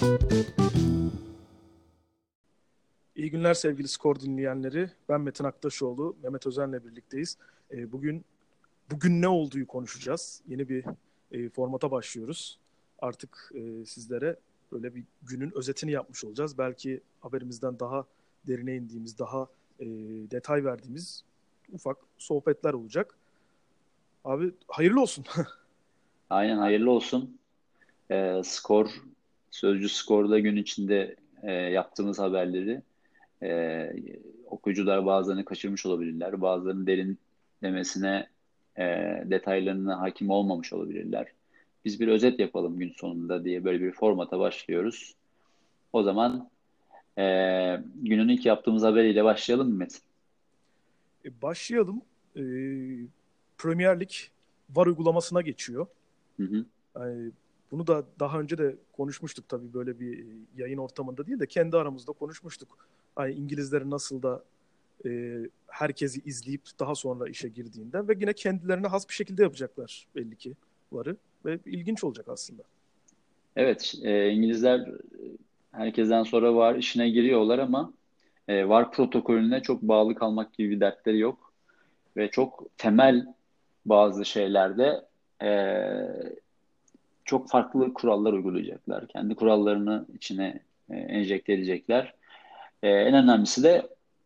İyi günler sevgili skor dinleyenleri. Ben Metin Aktaşoğlu, Mehmet Özen'le birlikteyiz. Bugün ne olduğu konuşacağız. Yeni bir formata başlıyoruz. Artık sizlere böyle bir günün özetini yapmış olacağız. Belki haberimizden daha derine indiğimiz, daha detay verdiğimiz ufak sohbetler olacak. Abi hayırlı olsun. Aynen hayırlı olsun. Sözcü Skor'da gün içinde yaptığımız haberleri e, okuyucular bazılarını kaçırmış olabilirler. Bazılarının derinlemesine e, detaylarına hakim olmamış olabilirler. Biz bir özet yapalım gün sonunda diye böyle bir formata başlıyoruz. O zaman günün ilk yaptığımız haberiyle başlayalım mı Metin? Başlayalım. E, Premier Lig VAR uygulamasına geçiyor. Hı hı. Yani bunu da daha önce de konuşmuştuk tabii böyle bir yayın ortamında değil de kendi aramızda konuşmuştuk. Hani İngilizlerin nasıl da herkesi izleyip daha sonra işe girdiğinden ve yine kendilerine has bir şekilde yapacaklar belli ki varı ve ilginç olacak aslında. Evet, İngilizler herkesten sonra VAR işine giriyorlar ama VAR protokolüne çok bağlı kalmak gibi bir dertleri yok. Ve çok temel bazı şeylerde e, çok farklı kurallar uygulayacaklar. Kendi kurallarını içine enjekte edecekler. En önemlisi de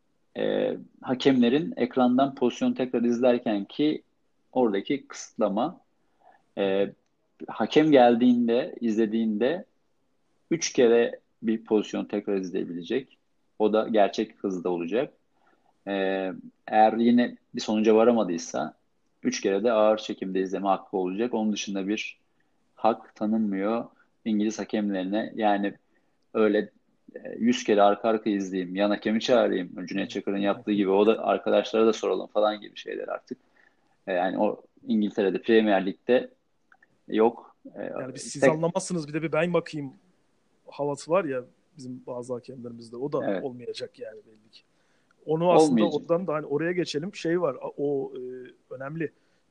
hakemlerin ekrandan pozisyon tekrar izlerken ki oradaki kısıtlama. E, Hakem geldiğinde, izlediğinde 3 kere bir pozisyon tekrar izleyebilecek. O da gerçek hızda olacak. Ee, Eğer yine bir sonuca varamadıysa 3 kere de ağır çekimde izleme hakkı olacak. Onun dışında bir hak tanınmıyor İngiliz hakemlerine. Yani öyle 100 kere arka arka izleyeyim, yan hakemi çağırayım, Cüneyt Çakır'ın yaptığı gibi o da arkadaşlara da soralım falan gibi şeyler artık. Yani o İngiltere'de Premier Lig'de yok. Yani biz siz Tek, anlamazsınız bir de bir ben bakayım havası var ya bizim bazı hakemlerimizde o da evet, olmayacak yani belli ki. Onu aslında olmayacak. oradan da hani oraya geçelim şey var o önemli.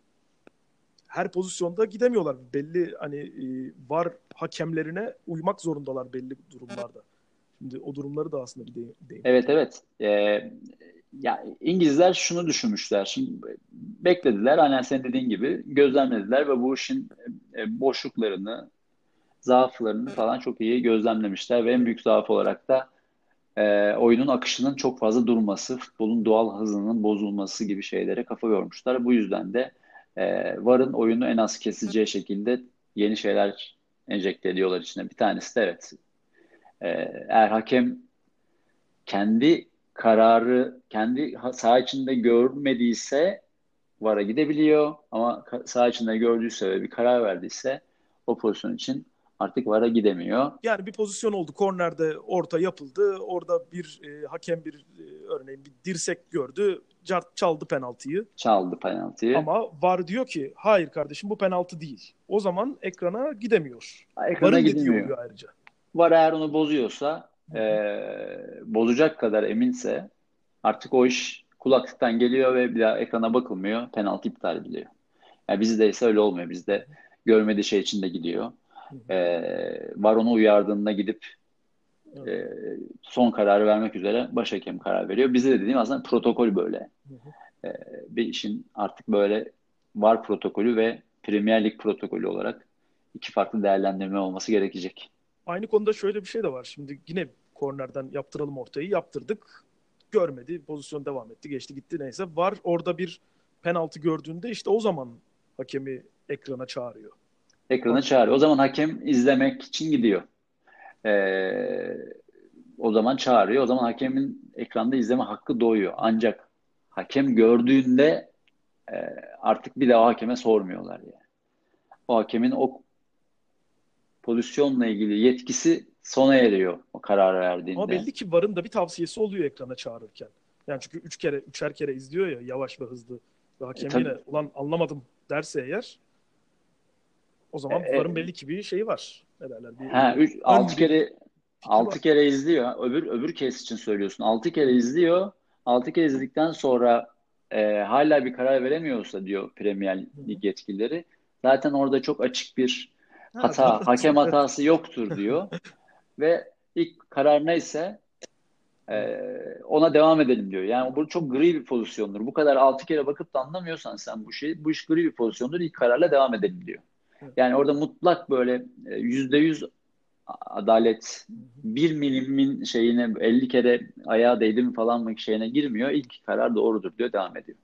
Her pozisyonda gidemiyorlar. Belli hani var hakemlerine uymak zorundalar belli durumlarda. Şimdi o durumları da aslında bir değinmek Evet, lazım. evet. Ya İngilizler şunu düşünmüşler. Şimdi beklediler. Aynen senin dediğin gibi gözlemlediler ve bu işin boşluklarını, zaaflarını falan çok iyi gözlemlemişler ve en büyük zaaf olarak da oyunun akışının çok fazla durması, futbolun doğal hızının bozulması gibi şeylere kafa yormuşlar. Bu yüzden de VAR'ın oyunu en az keseceği şekilde yeni şeyler enjekte ediyorlar içine. Bir tanesi de evet. E, Eğer hakem kendi kararı kendi saha içinde görmediyse VAR'a gidebiliyor ama saha içinde gördüyse ve bir karar verdiyse o pozisyon için artık VAR'a gidemiyor. Yani bir pozisyon oldu. Kornerde orta yapıldı. Orada bir hakem bir örneğin bir dirsek gördü. Çaldı penaltıyı. Çaldı penaltıyı. Ama VAR diyor ki hayır kardeşim bu penaltı değil. O zaman ekrana gidemiyor. Ekrana VAR'ın dediği gidilmiyor. oluyor ayrıca. VAR eğer onu bozuyorsa, Hı hı. bozacak kadar eminse artık o iş kulaklıktan geliyor ve bir daha ekrana bakılmıyor. Penaltı iptal ediliyor. Yani bizde ise öyle olmuyor. Bizde görmediği şey için de gidiyor. Hı hı. VAR onu uyardığında gidip Evet. e, son kararı vermek üzere başhakem karar veriyor. Bizde de dediğim aslında protokol böyle. Hı hı. E, Bir işin artık böyle VAR protokolü ve Premier Lig protokolü olarak iki farklı değerlendirme olması gerekecek. Aynı konuda şöyle bir şey de var. Şimdi yine kornerden yaptıralım ortayı. Yaptırdık. Görmedi. Pozisyon devam etti. Geçti gitti neyse. VAR orada bir penaltı gördüğünde işte o zaman hakemi ekrana çağırıyor. Ekrana Bak, çağırıyor. O zaman hakem izlemek için gidiyor. E, O zaman çağırıyor. O zaman hakemin ekranda izleme hakkı doğuyor. Ancak hakem gördüğünde e, artık bir daha hakeme sormuyorlar yani. O hakemin o pozisyonla ilgili yetkisi sona eriyor o kararı ama verdiğinde. belli ki VAR'ın da bir tavsiyesi oluyor ekrana çağırırken. Yani çünkü üçer kere izliyor ya yavaş ve hızlı. Ve hakem yine Tabii ulan anlamadım derse eğer o e, zaman VAR'ın belli ki bir şeyi var. Ne derler? Bir ha, ön 6 bir kere fikri var. 6 kere izliyor. Öbür kes için söylüyorsun. 6 kere izliyor. 6 kere izledikten sonra hala bir karar veremiyorsa diyor Premier Hı hı. Lig yetkilileri. Zaten orada çok açık bir Ha, doğru. hakem Evet. hatası yoktur diyor. ve ilk karar neyse ona devam edelim diyor. Yani bu çok gri bir pozisyondur. Bu kadar 6 kere bakıp da anlamıyorsan sen bu iş gri bir pozisyondur. İlk kararla devam edelim diyor. Evet. Yani orada mutlak böyle %100 adalet, Hı hı. bir milimin şeyine 50 kere ayağa değdi mi falan mı şeyine girmiyor. İlk karar doğrudur diyor, devam ediyor.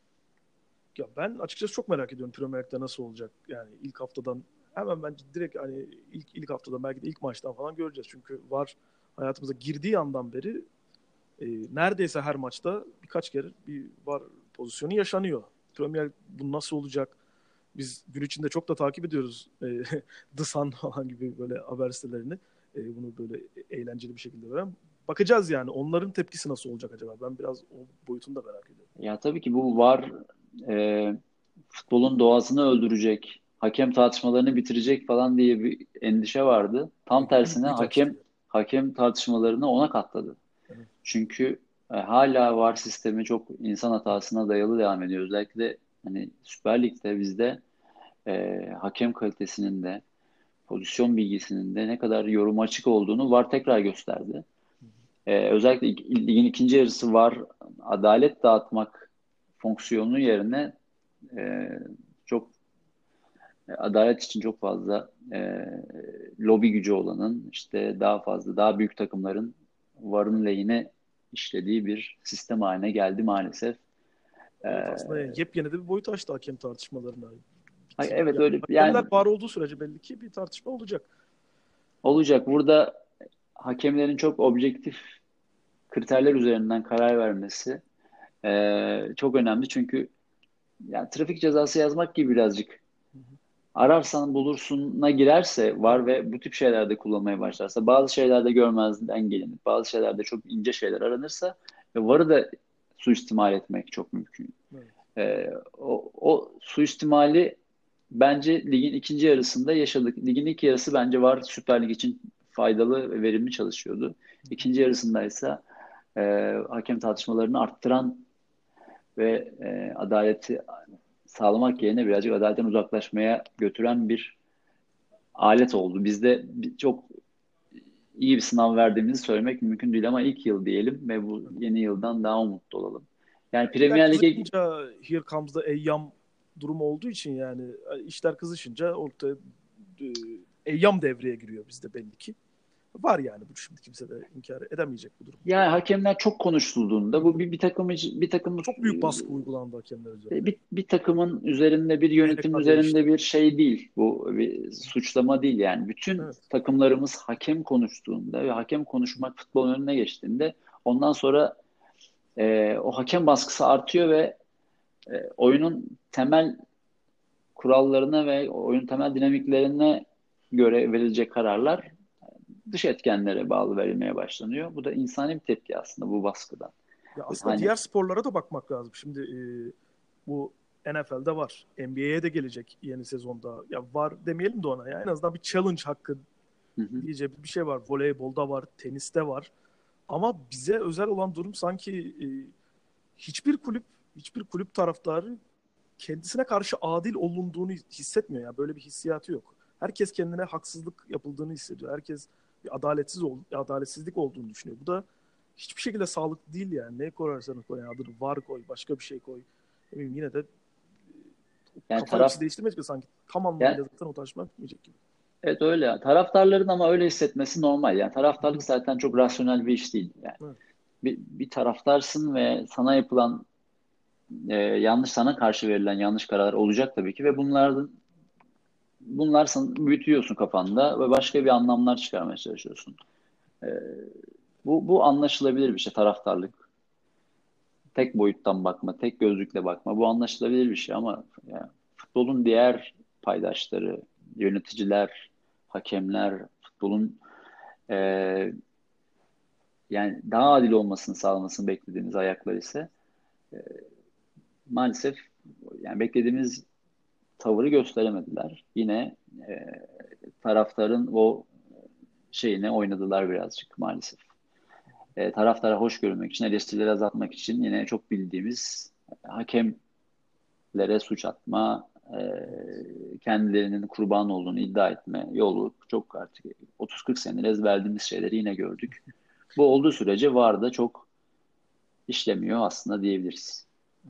Ya ben açıkçası çok merak ediyorum Premier Lig'de nasıl olacak. Yani ilk haftadan hemen bence direkt hani ilk haftadan belki de ilk maçtan falan göreceğiz. Çünkü VAR hayatımıza girdiği andan beri neredeyse her maçta birkaç kere bir VAR pozisyonu yaşanıyor. Premier Lig bu nasıl olacak? Biz gün içinde çok da takip ediyoruz The Sun falan gibi böyle haber sitelerini. Bunu böyle eğlenceli bir şekilde veren. Bakacağız yani. Onların tepkisi nasıl olacak acaba? Ben biraz o boyutunu da merak ediyorum. Ya tabii ki bu var, futbolun doğasını öldürecek, hakem tartışmalarını bitirecek falan diye bir endişe vardı. Tam Ligi tersine büyüter işte. hakem tartışmalarını ona katladı. Evet. Çünkü hala VAR sistemi çok insan hatasına dayalı devam ediyor. Özellikle hani Süper Lig'de bizde hakem kalitesinin de pozisyon bilgisinin de ne kadar yoruma açık olduğunu VAR tekrar gösterdi. Özellikle ligin ikinci yarısı VAR adalet dağıtmak fonksiyonu yerine e, çok adalet için çok fazla lobi gücü olanın, işte daha fazla daha büyük takımların VAR'ın lehine işlediği bir sistem haline geldi maalesef. E, Evet, aslında yani yepyeni de bir boyut açtı hakem tartışmalarına. evet, Yani öyle hakemler yani var olduğu sürece belli ki bir tartışma olacak. olacak. Burada hakemlerin çok objektif kriterler üzerinden karar vermesi çok önemli. Çünkü yani trafik cezası yazmak gibi birazcık. Hı hı. Ararsan bulursun'a girerse var Tabii. ve bu tip şeylerde kullanmaya başlarsa, bazı şeylerde görmezden gelinir, bazı şeylerde çok ince şeyler aranırsa VAR'ı da suistimal etmek çok mümkün. Evet. O suistimali bence ligin ikinci yarısında yaşadık. Ligin ilk yarısı bence VAR Süper Lig için faydalı ve verimli çalışıyordu. Hı hı. İkinci yarısındaysa e, hakem tartışmalarını arttıran ve adaleti sağlamak yerine birazcık adaletten uzaklaşmaya götüren bir alet oldu. Bizde çok iyi bir sınav verdiğimizi söylemek mümkün değil ama ilk yıl diyelim ve bu yeni yıldan daha umutlu olalım. Yani İşler Premier Lig'e kızışınca here comes the Eyyam durumu olduğu için yani işler kızışınca ortaya e, Eyyam devreye giriyor bizde belli ki. Var yani bu şimdi kimse de inkar edemeyecek bu durum. yani hakemler çok konuşulduğunda Hı bu hı. bir takım Çok büyük baskı uygulandı hakemler üzerinde. bir takımın üzerinde, bir yönetim BHK değişti. üzerinde bir şey değil. Bu bir suçlama değil yani. Bütün Evet. takımlarımız hakem konuştuğunda ve hakem konuşmak futbolun önüne geçtiğinde ondan sonra o hakem baskısı artıyor ve oyunun temel kurallarına ve oyun temel dinamiklerine göre verilecek kararlar dış etkenlere bağlı verilmeye başlanıyor. Bu da insani bir tepki aslında bu baskıdan. Ya aslında Hani diğer sporlara da bakmak lazım. Şimdi bu NFL'de var. NBA'ye de gelecek yeni sezonda. Ya var demeyelim de ona ya. En azından bir challenge hakkı hı hı. diyeceğim bir şey var. Voleybolda var, teniste var. Ama bize özel olan durum sanki hiçbir kulüp hiçbir kulüp taraftarı kendisine karşı adil olunduğunu hissetmiyor ya. Böyle bir hissiyatı yok. Herkes kendine haksızlık yapıldığını hissediyor. Herkes bir adaletsizlik olduğunu düşünüyor. Bu da hiçbir şekilde sağlıklı değil yani. Ne koyarsan koy, yani adını var koy, başka bir şey koy. Ne bileyim, yine de Yani kafa yapısı taraf değiştirmeyecek ki sanki. Tam yani anlamıyla zaten o tartışma bitmeyecek gibi. evet öyle. Taraftarların ama öyle hissetmesi normal. Yani taraftarlık zaten çok rasyonel bir iş değil. Yani Evet. bir taraftarsın ve sana yapılan yanlış, sana karşı verilen yanlış kararlar olacak tabii ki ve bunlar sen büyütüyorsun kafanda ve başka bir anlamlar çıkarmaya çalışıyorsun. E, bu anlaşılabilir bir şey, taraftarlık. Tek boyuttan bakma, tek gözlükle bakma. Bu anlaşılabilir bir şey ama yani futbolun diğer paydaşları, yöneticiler, hakemler, futbolun e, yani daha adil olmasını sağlamasını beklediğimiz ayaklar ise maalesef yani beklediğimiz tavırı gösteremediler. Yine e, taraftarın o şeyine oynadılar birazcık maalesef. Taraftara hoş görünmek için, eleştirileri azaltmak için yine çok bildiğimiz hakemlere suç atma, kendilerinin kurban olduğunu iddia etme yolu çok artık 30-40 senedir ezberlediğimiz şeyleri yine gördük. Bu olduğu sürece VAR da çok işlemiyor aslında diyebiliriz.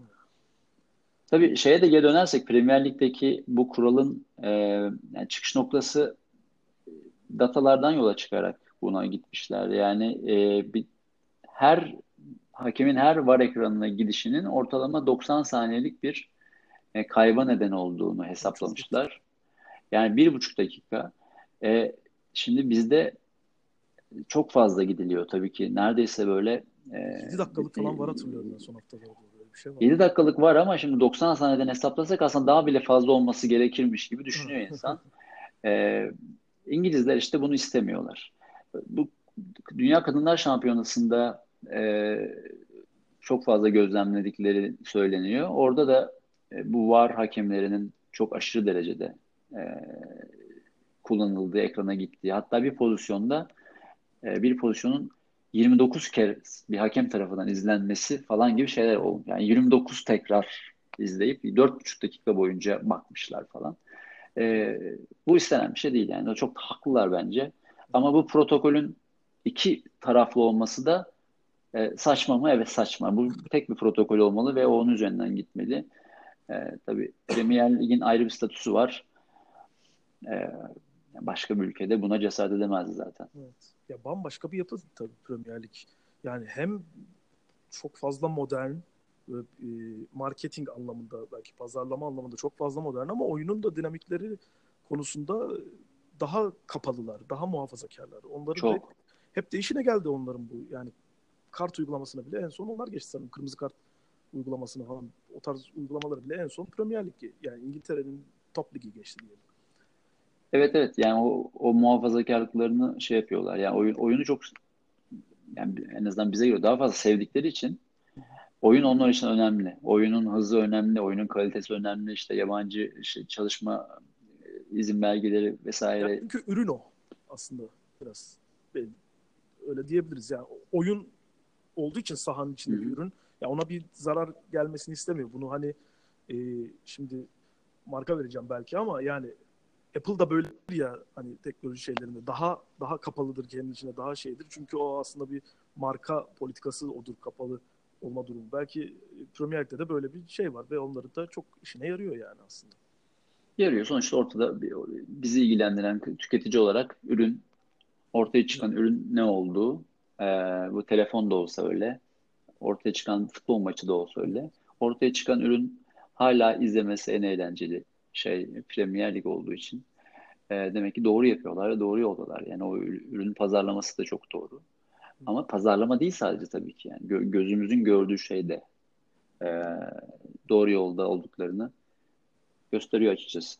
Tabii şeye de geri dönersek Premier Lig'deki bu kuralın yani çıkış noktası datalardan yola çıkarak buna gitmişler. Yani her hakemin her VAR ekranına gidişinin ortalama 90 saniyelik bir kayba neden olduğunu hesaplamışlar. Yani 1,5 dakika. E, Şimdi bizde çok fazla gidiliyor tabii ki. Neredeyse böyle 7 dakikalık falan var, hatırlıyorum ben son haftalarda, böyle bir şey var. 7 dakikalık var ama şimdi 90 saniyeden hesaplasak aslında daha bile fazla olması gerekirmiş gibi düşünüyor insan. E, İngilizler işte bunu istemiyorlar. Bu Dünya Kadınlar Şampiyonası'nda çok fazla gözlemledikleri söyleniyor. Orada da bu VAR hakemlerinin çok aşırı derecede e, kullanıldığı, ekrana gittiği. Hatta bir pozisyonun 29 kere bir hakem tarafından izlenmesi falan gibi şeyler oldu. Yani 29 tekrar izleyip 4,5 dakika boyunca bakmışlar falan. E, Bu istenen bir şey değil yani. Çok haklılar bence. Ama bu protokolün iki taraflı olması da saçma mı? Evet, saçma. Bu tek bir protokol olmalı ve o onun üzerinden gitmeli. Tabii Premier Lig'in ayrı bir statüsü var. E, Başka bir ülkede buna cesaret edemezdi zaten. Evet. Ya bambaşka bir yapı tabii Premier Lig. Yani hem çok fazla modern ve marketing anlamında, belki pazarlama anlamında çok fazla modern, ama oyunun da dinamikleri konusunda daha kapalılar, daha muhafazakarlar. Onların da hep, Çok. hep de işine geldi onların bu. Yani kart uygulamasına bile en son onlar geçti sanırım. Kırmızı kart uygulamasını falan, o tarz uygulamaları bile en son Premier Lig, yani İngiltere'nin top ligi geçti diyelim. Evet, evet, yani o muhafazakarlıklarını şey yapıyorlar. Yani oyunu çok, yani en azından bize göre daha fazla sevdikleri için oyun onlar için önemli. Oyunun hızı önemli, oyunun kalitesi önemli. İşte yabancı çalışma izin belgeleri Yani vesaire. çünkü ürün o aslında biraz. Benim, öyle diyebiliriz. Yani oyun olduğu için sahanın Hı içindeki hı. ürün, ya ona bir zarar gelmesini istemiyor. Bunu hani e, şimdi marka vereceğim belki ama yani Apple da böyle ya, hani teknoloji şeylerinde daha kapalıdır kendi içinde, daha şeydir. Çünkü o aslında bir marka politikası odur, kapalı olma durumu. Belki Premier Lig'de de böyle bir şey var ve onların da çok işine yarıyor yani aslında. Yarıyor. Sonuçta ortada bizi ilgilendiren tüketici olarak ortaya çıkan ürün ne olduğu, e, bu telefon da olsa öyle, ortaya çıkan futbol maçı da olsa öyle. Ortaya çıkan ürün hala izlemesi en eğlenceli şey Premier Lig olduğu için. Demek ki doğru yapıyorlar ve doğru yoldalar. Yani o ürün pazarlaması da çok doğru. Ama pazarlama değil sadece tabii ki. Yani gözümüzün gördüğü şey de e, doğru yolda olduklarını gösteriyor açıkçası.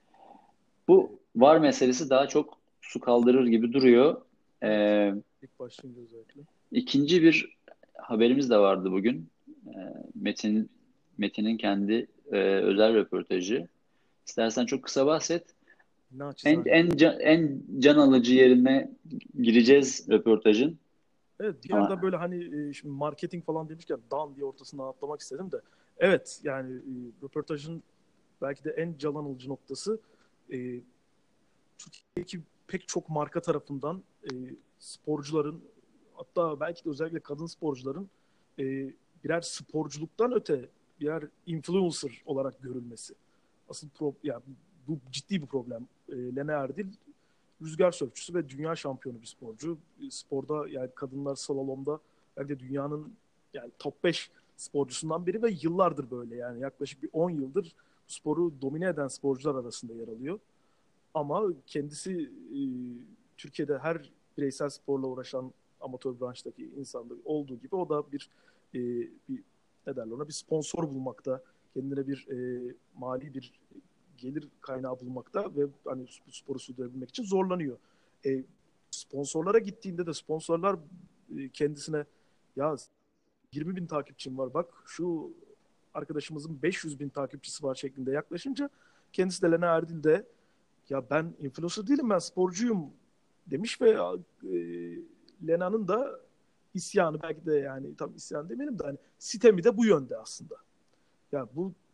Bu VAR meselesi daha çok su kaldırır gibi duruyor. Evet. E, İlk başlayınca özellikle. ikinci bir haberimiz de vardı bugün. E, Metin'in kendi özel röportajı. İstersen çok kısa bahset. Naçizane. En can alıcı yerine gireceğiz röportajın. Evet, bir yerden Ama böyle hani şimdi marketing falan demişken dan diye ortasından atlamak istedim de. Evet yani röportajın belki de en can alıcı noktası, e, Türkiye'deki pek çok marka tarafından sporcuların, hatta belki de özellikle kadın sporcuların birer sporculuktan öte birer influencer olarak görülmesi. Asıl yani bu ciddi bir problem. Lena Erdil rüzgar sörfçüsü ve dünya şampiyonu bir sporcu. Sporda, yani kadınlar slalomda belki de dünyanın yani top 5 sporcusundan biri ve yıllardır böyle, yani yaklaşık bir 10 yıldır bu sporu domine eden sporcular arasında yer alıyor. Ama kendisi Türkiye'de her bireysel sporla uğraşan amatör branştaki insanda olduğu gibi o da bir ne derler ona, bir sponsor bulmakta, kendine bir mali bir gelir kaynağı bulmakta ve hani bu sporu sürdürebilmek için zorlanıyor. Sponsorlara gittiğinde de sponsorlar kendisine, ya 20 bin takipçim var, bak şu arkadaşımızın 500 bin takipçisi var şeklinde yaklaşınca, kendisi de Lena Erdil de, ya ben influencer değilim, ben sporcuyum demiş ve Lena'nın da isyanı, belki de yani tam isyan demeyelim de hani sitemi de bu yönde aslında. Ya bu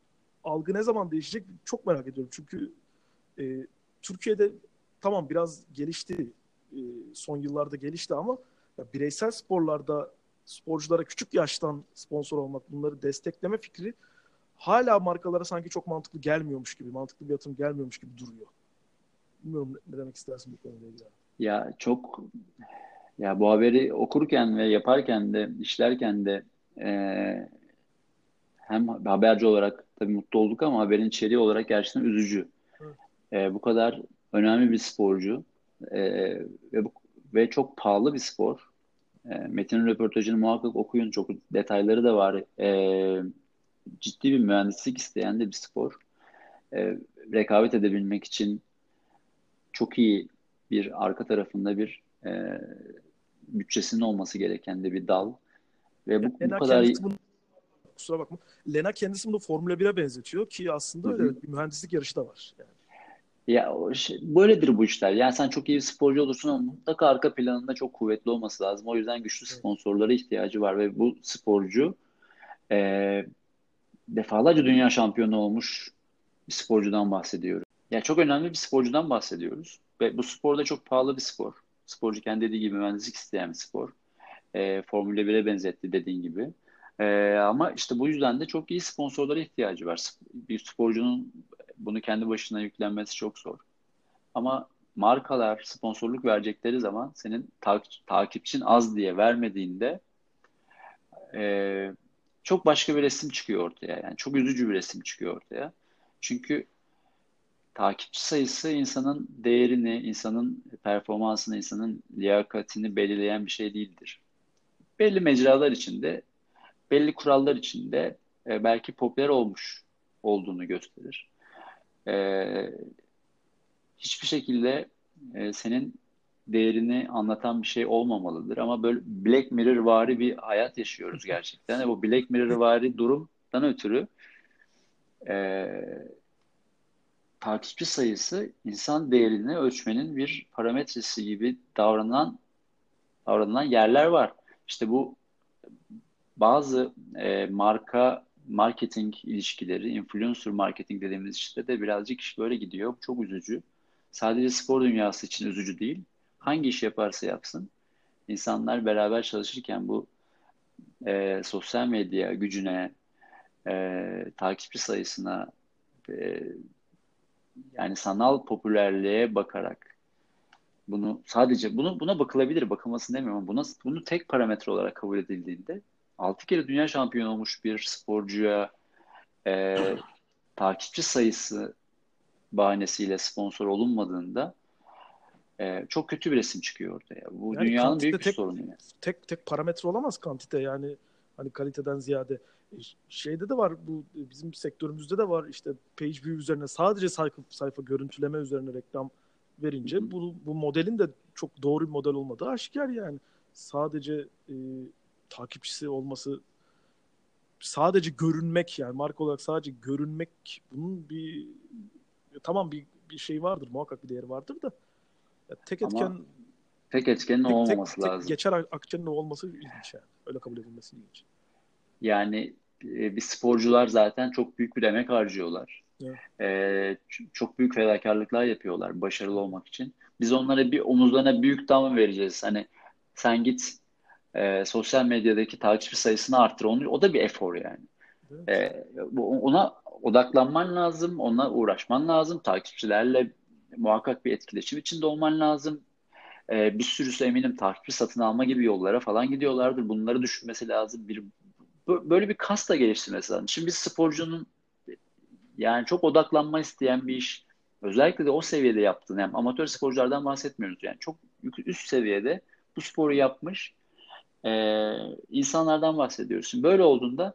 algı ne zaman değişecek çok merak ediyorum. Çünkü Türkiye'de tamam biraz gelişti. Son yıllarda gelişti ama ya bireysel sporlarda sporculara küçük yaştan sponsor olmak, bunları destekleme fikri hala markalara sanki çok mantıklı gelmiyormuş gibi, mantıklı bir yatırım gelmiyormuş gibi duruyor. Bilmiyorum ne demek istersin bu konuyla ilgili. Ya çok ya bu haberi okurken ve yaparken de işlerken de e, hem haberci olarak tabii mutlu olduk ama haberin içeriği olarak gerçekten üzücü. Evet. Bu kadar önemli bir sporcu e, ve ve çok pahalı bir spor. Metin'in röportajını muhakkak okuyun. Çok detayları da var. Ciddi bir mühendislik isteyen de bir spor. Rekabet edebilmek için çok iyi bir arka tarafında bir bütçesinin olması gereken de bir dal. Ve Ya bu Lena kadar kendisi bunu, kusura bakma. Lena kendisi bunu Formula 1'e benzetiyor ki aslında Hı öyle, hı. evet, bir mühendislik yarışı da var. Yani. Ya böyledir bu işler. Yani sen çok iyi bir sporcu olursun ama mutlaka arka planında çok kuvvetli olması lazım. O yüzden güçlü Evet. sponsorlara ihtiyacı var ve bu sporcu e, defalarca dünya şampiyonu olmuş bir sporcudan bahsediyoruz. Ya çok önemli bir sporcudan bahsediyoruz. Ve bu spor da çok pahalı bir spor. Sporcu kendi dediği gibi mühendislik isteyen bir spor. Formula 1'e benzetti dediğin gibi. Ama işte bu yüzden de çok iyi sponsorlara ihtiyacı var. Bir sporcunun bunu kendi başına yüklenmesi çok zor. Ama markalar sponsorluk verecekleri zaman senin takipçin az diye vermediğinde e, çok başka bir resim çıkıyor ortaya. Yani çok üzücü bir resim çıkıyor ortaya. Çünkü takipçi sayısı insanın değerini, insanın performansını, insanın liyakatini belirleyen bir şey değildir. Belli mecralar içinde, belli kurallar içinde belki popüler olmuş olduğunu gösterir. E, Hiçbir şekilde senin değerini anlatan bir şey olmamalıdır. Ama böyle Black Mirror vari bir hayat yaşıyoruz gerçekten. Bu Black Mirror vari durumdan ötürü e, takipçi sayısı insan değerini ölçmenin bir parametresi gibi davranılan yerler var. İşte bu bazı marka marketing ilişkileri, influencer marketing dediğimiz işte de birazcık iş böyle gidiyor. Bu çok üzücü. Sadece spor dünyası için üzücü değil. Hangi iş yaparsa yapsın, insanlar beraber çalışırken bu sosyal medya gücüne, takipçi sayısına, e, yani sanal popülerliğe bakarak sadece buna bakılabilir, bakılmasını demiyorum ama bunu tek parametre olarak kabul edildiğinde 6 kere dünya şampiyonu olmuş bir sporcuya e, takipçi sayısı bahanesiyle sponsor olunmadığında çok kötü bir resim çıkıyor ortaya. Bu Yani dünyanın kantite büyük bir sorunu yani. tek parametre olamaz kantite, yani hani kaliteden ziyade. Şeyde de var, bu bizim sektörümüzde de var, işte page view üzerine sadece sayfa görüntüleme üzerine reklam Hı verince hı. bu modelin de çok doğru bir model olmadığı aşikar yani. Sadece takipçisi olması, sadece görünmek, yani marka olarak sadece görünmek, bunun tamam bir şey vardır, muhakkak bir değeri vardır da ya tek Ama etken, tek etkenin olmaması tek lazım. geçer akçenin olması ilginç yani. Öyle kabul edilmesi ilginç. Yani bir sporcular zaten çok büyük bir emek harcıyorlar. Evet. Çok büyük fedakarlıklar yapıyorlar başarılı olmak için. Biz onlara omuzlarına büyük dam vereceğiz. Hani sen git sosyal medyadaki takipçi sayısını arttır. O da bir efor yani. Evet. Ona odaklanman lazım, ona uğraşman lazım. Takipçilerle muhakkak bir etkileşim içinde olman lazım. Bir sürüsü eminim takipçi satın alma gibi yollara falan gidiyorlardır. Bunları düşünmesi lazım. Böyle bir kas da geliştirmesi lazım. Şimdi bir sporcunun yani çok odaklanma isteyen bir iş, özellikle de o seviyede yaptığını, yani amatör sporculardan bahsetmiyoruz, yani çok üst seviyede bu sporu yapmış insanlardan bahsediyoruz. Şimdi böyle olduğunda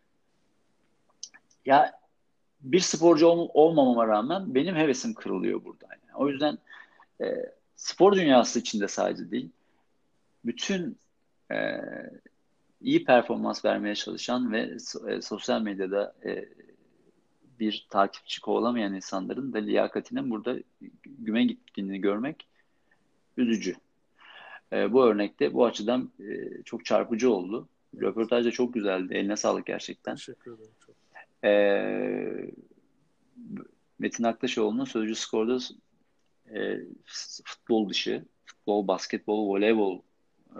ya bir sporcu olmamama rağmen benim hevesim kırılıyor burada. Yani. O yüzden e, spor dünyası içinde sadece değil, bütün e, iyi performans vermeye çalışan ve sosyal medyada bir takipçi kovalamayan insanların da liyakatinin burada güme gittiğini görmek üzücü. Bu örnekte bu açıdan çok çarpıcı oldu. Evet. Röportaj da çok güzeldi. Eline sağlık gerçekten. Teşekkür ederim çok. E, Metin Aktaşoğlu'nun Sözcü Skor'da futbol dışı, futbol, basketbol, voleybol e,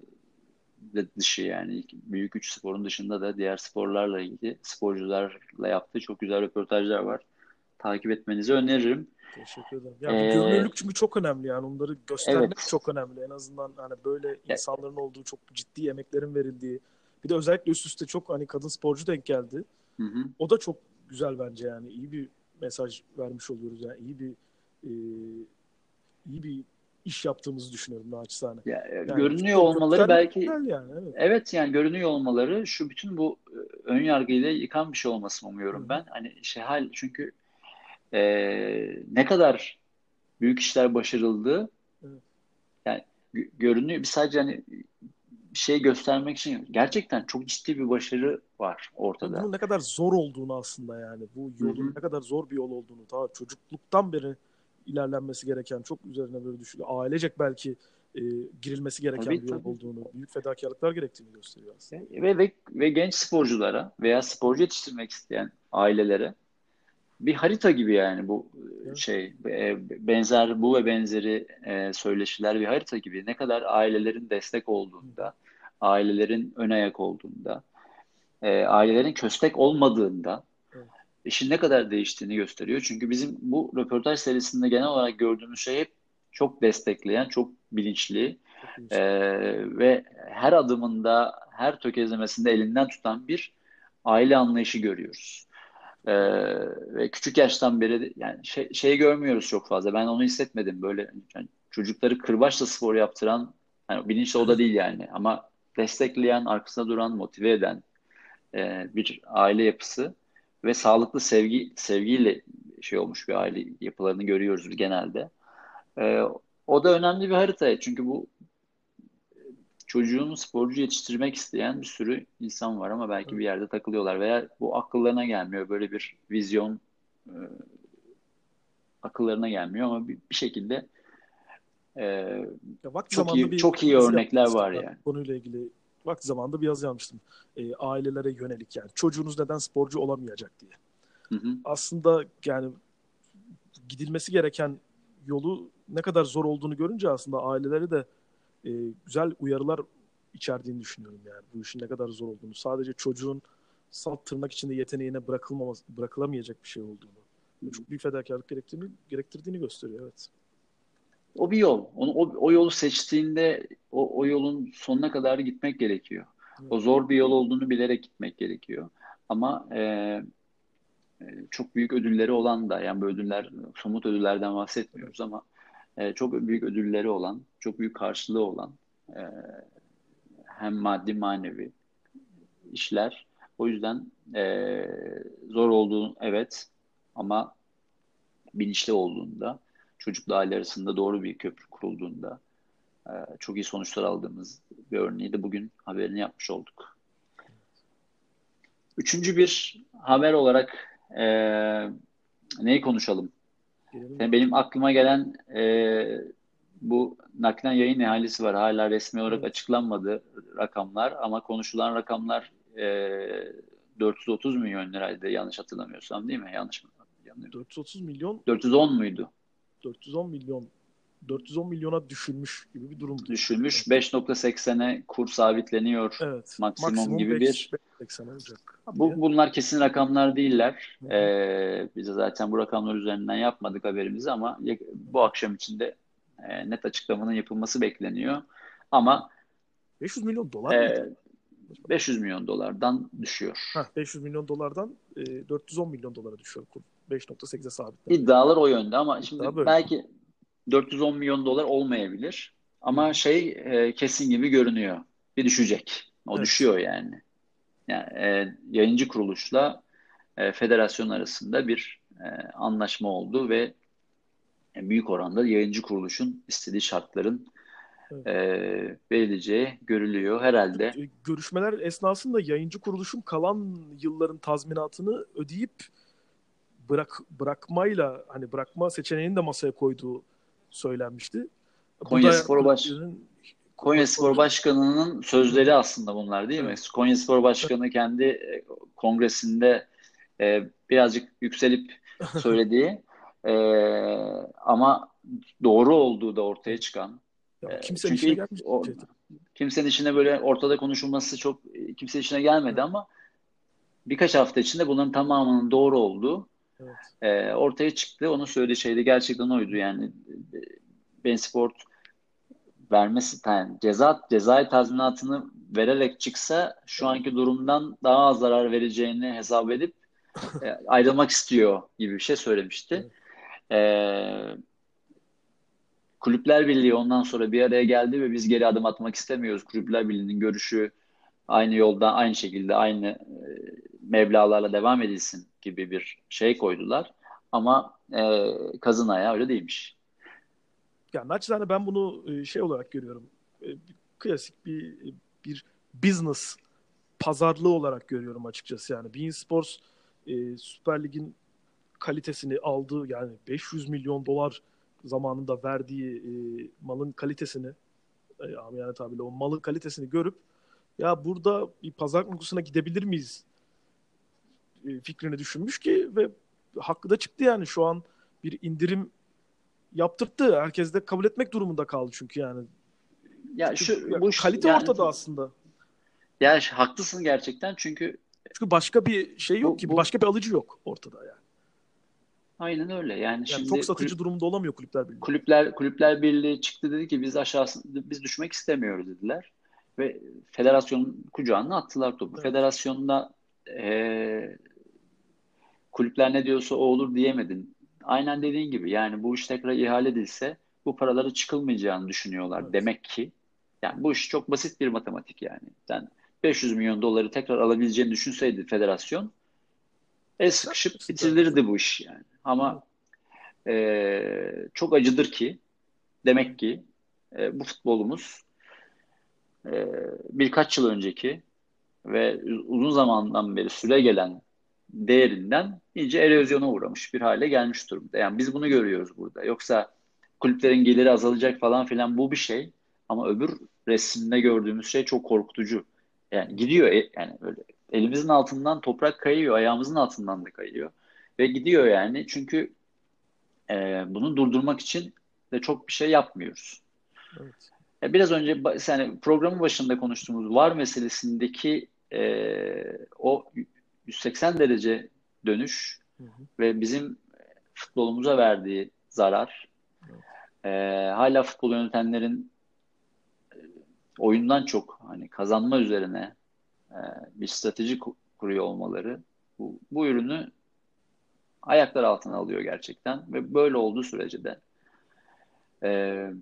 dışı, yani büyük üç sporun dışında da diğer sporlarla ilgili sporcularla yaptığı çok güzel röportajlar var. Takip etmenizi öneririm. Teşekkür ederim. Ya bu E, görünürlük çünkü çok önemli, yani onları göstermek evet. çok önemli. En azından hani böyle Ya, insanların olduğu, çok ciddi emeklerin verildiği. Bir de özellikle üst üste çok hani kadın sporcu denk geldi. hı hı. O da çok güzel bence, yani iyi bir mesaj vermiş oluyoruz, yani e, iyi bir iş yaptığımızı düşünüyorum naçizane. Ya, Yani görünüyor futbolu olmaları göstermek belki, güzel yani, evet. evet, yani görünüyor olmaları şu bütün bu ön yargıyla yıkan bir şey olmasını Hı umuyorum hı. ben. Hani çünkü ne kadar büyük işler başarıldı, Evet. yani görünüyor. Bir sadece hani bir şey göstermek için gerçekten çok ciddi bir başarı var Ve ortada. bunun ne kadar zor olduğunu aslında, yani bu Hı yolun hı. ne kadar zor bir yol olduğunu, ta çocukluktan beri ilerlenmesi gereken, çok üzerine böyle düşünüyor. Ailecek belki e, girilmesi gereken Tabii bir yol tabii. olduğunu, büyük fedakarlıklar gerektiğini gösteriyor aslında. Ve genç sporculara veya sporcu yetiştirmek isteyen ailelere bir harita gibi, yani bu Evet. benzer bu ve benzeri söyleşiler bir harita gibi. Ne kadar ailelerin destek Hı hı. olduğunda, ailelerin ön ayak olduğunda, ailelerin köstek olmadığında Evet. işin ne kadar değiştiğini gösteriyor. Çünkü bizim bu röportaj serisinde genel olarak gördüğümüz şey hep çok destekleyen, çok bilinçli Çok iyi e, işte. ve her adımında, her tökezlemesinde elinden tutan bir aile anlayışı görüyoruz. Ee, Çok önemli. ve küçük yaştan beri yani şey görmüyoruz çok fazla. Ben onu hissetmedim. Böyle yani çocukları kırbaçla spor yaptıran, yani bilinçli o da değil yani, ama destekleyen, arkasında duran, motive eden bir aile yapısı ve sağlıklı sevgiyle olmuş bir aile yapılarını görüyoruz genelde. Ee, o da önemli bir harita. Çünkü bu çocuğunu sporcu yetiştirmek isteyen bir sürü insan var ama belki Evet. bir yerde takılıyorlar veya bu akıllarına gelmiyor. Böyle bir vizyon e, akıllarına gelmiyor ama bir şekilde e, Ya vakti çok zamanında iyi bir çok iyi yazı örnekler yazmıştım var ben yani. konuyla ilgili. Vakti zamanında bir yazı yazmıştım. Ailelere yönelik, yani çocuğunuz neden sporcu olamayacak diye. Hı hı. Aslında yani gidilmesi gereken yolu ne kadar zor olduğunu görünce aslında aileleri de güzel uyarılar içerdiğini düşünüyorum yani. Bu işin ne kadar zor olduğunu. Sadece çocuğun salt tırnak içinde yeteneğine bırakılamayacak bir şey olduğunu. Çok büyük fedakarlık gerektirdiğini gösteriyor, evet. O bir yol. O yolu seçtiğinde o yolun sonuna kadar gitmek gerekiyor. Evet. O zor bir yol olduğunu bilerek gitmek gerekiyor. Ama çok büyük ödülleri olan da, yani bu ödüller somut ödüllerden Evet. bahsetmiyoruz ama çok büyük ödülleri olan, çok büyük karşılığı olan e, hem maddi manevi işler. O yüzden zor olduğunu, evet, ama bilinçli olduğunda, çocukla aile arasında doğru bir köprü kurulduğunda çok iyi sonuçlar aldığımız bir örneği de bugün haberini yapmış olduk. Üçüncü bir haber olarak neyi konuşalım? Gelelim mi Yani abi? benim aklıma gelen bu naklen yayın ihalesi var. Hala resmi olarak Evet. açıklanmadı rakamlar ama konuşulan rakamlar 430 milyon liraydı yanlış hatırlamıyorsam, değil mi? Yanlış mı? Yanılıyor. 430 milyon, 410 muydu? 410 milyon 410 milyona düşülmüş gibi bir durum diye biliyorum. Düşürmüş. Evet. 5.80'e kur sabitleniyor Evet. maksimum Maksimum gibi 5 bir. 80 olacak diye. Bunlar kesin rakamlar değiller. Hı hı, Biz de zaten bu rakamlar üzerinden yapmadık haberimizi ama hı bu hı. akşam içinde net açıklamanın yapılması bekleniyor. Ama 500 milyon dolar mıydı? e, 500 milyon dolardan düşüyor. Ha, 500 milyon dolardan 410 milyon dolara düşüyor kur. 5.8'e sabitlendi. İddialar o yönde ama şimdi İddia böyle. belki 410 milyon dolar olmayabilir. Hı Ama hı. kesin gibi görünüyor. Bir düşecek. O Evet. düşüyor yani. Yani yayıncı kuruluşla federasyon arasında bir anlaşma oldu ve büyük oranda yayıncı kuruluşun istediği şartların Evet. verileceği görülüyor herhalde. Görüşmeler esnasında yayıncı kuruluşun kalan yılların tazminatını ödeyip bırakmayla, hani bırakma seçeneğini de masaya koyduğu söylenmişti. Bu da Konyaspor Baş kulüplerin Konyaspor Başkanı'nın Hı hı. sözleri aslında bunlar, değil mi? Evet. Konyaspor Evet. Başkanı kendi kongresinde birazcık yükselip söylediği. E, Ama doğru olduğu da ortaya Evet. çıkan. Ya kimsenin Çünkü işine ilk gelmeyecek bir o şey. kimsenin içine böyle ortada konuşulması çok kimse içine gelmedi Evet. ama birkaç hafta içinde bunların tamamının doğru olduğu Evet. ortaya çıktı. Onun söylediği şey de gerçekten oydu. Yani Ben Sport vermesi yani cezai tazminatını vererek çıksa şu Evet. anki durumdan daha az zarar vereceğini hesap edip ayrılmak istiyor gibi bir şey söylemişti. Evet. E, Kulüpler Birliği ondan sonra bir araya geldi ve biz geri adım atmak istemiyoruz. Kulüpler Birliği'nin görüşü aynı yolda, aynı şekilde, aynı meblağlarla devam edilsin gibi bir şey koydular. Ama kazın ayağı öyle değilmiş. Yani naçizane ben bunu şey olarak görüyorum. Klasik bir business pazarlığı olarak görüyorum açıkçası yani. Bein Sports Süper Lig'in kalitesini aldığı yani 500 milyon dolar zamanında verdiği malın kalitesini amiyane tabirle o malın kalitesini görüp ya burada bir pazar noktasına gidebilir miyiz fikrini düşünmüş ki ve hakkı da çıktı yani şu an bir indirim yaptırttı. Herkes de kabul etmek durumunda kaldı çünkü yani. Ya Çünkü ya, kalite yani ortada aslında. ya haklısın gerçekten çünkü Çünkü başka bir şey yok bu ki. bu Başka bir alıcı yok ortada yani. aynen öyle. Yani Yani çok şimdi satıcı durumda olamıyor Kulüpler Birliği. kulüpler birliği çıktı dedi ki biz düşmek istemiyoruz dediler ve federasyonun kucağına attılar topu. Evet. Federasyonda e, kulüpler ne diyorsa o olur diyemedin. Aynen dediğin gibi yani bu iş tekrar ihale edilse bu paraları çıkılmayacağını düşünüyorlar Evet. demek ki. Yani bu iş çok basit bir matematik yani. Yani 500 milyon doları tekrar alabileceğini düşünseydi federasyon el sıkışıp Yapmışsın zaten. bitirilirdi bu iş yani. Evet. Ama çok acıdır ki demek ki bu futbolumuz birkaç yıl önceki ve uzun zamandan beri süre gelen değerinden iyice erozyona uğramış bir hale gelmiş durumda. Yani biz bunu görüyoruz burada. Yoksa kulüplerin geliri azalacak falan filan bu bir şey. Ama öbür resimde gördüğümüz şey çok korkutucu. Yani gidiyor yani öyle elimizin altından toprak kayıyor, ayağımızın altından da kayıyor. Ve gidiyor yani çünkü bunu durdurmak için de çok bir şey yapmıyoruz. Evet. Biraz önce yani programın başında konuştuğumuz VAR meselesindeki o 180 derece dönüş Hı hı. ve bizim futbolumuza verdiği zarar, Evet. e, hala futbol yönetenlerin oyundan çok hani kazanma üzerine e, bir strateji kuruyor olmaları bu ürünü ayaklar altına alıyor gerçekten ve böyle olduğu sürece de e,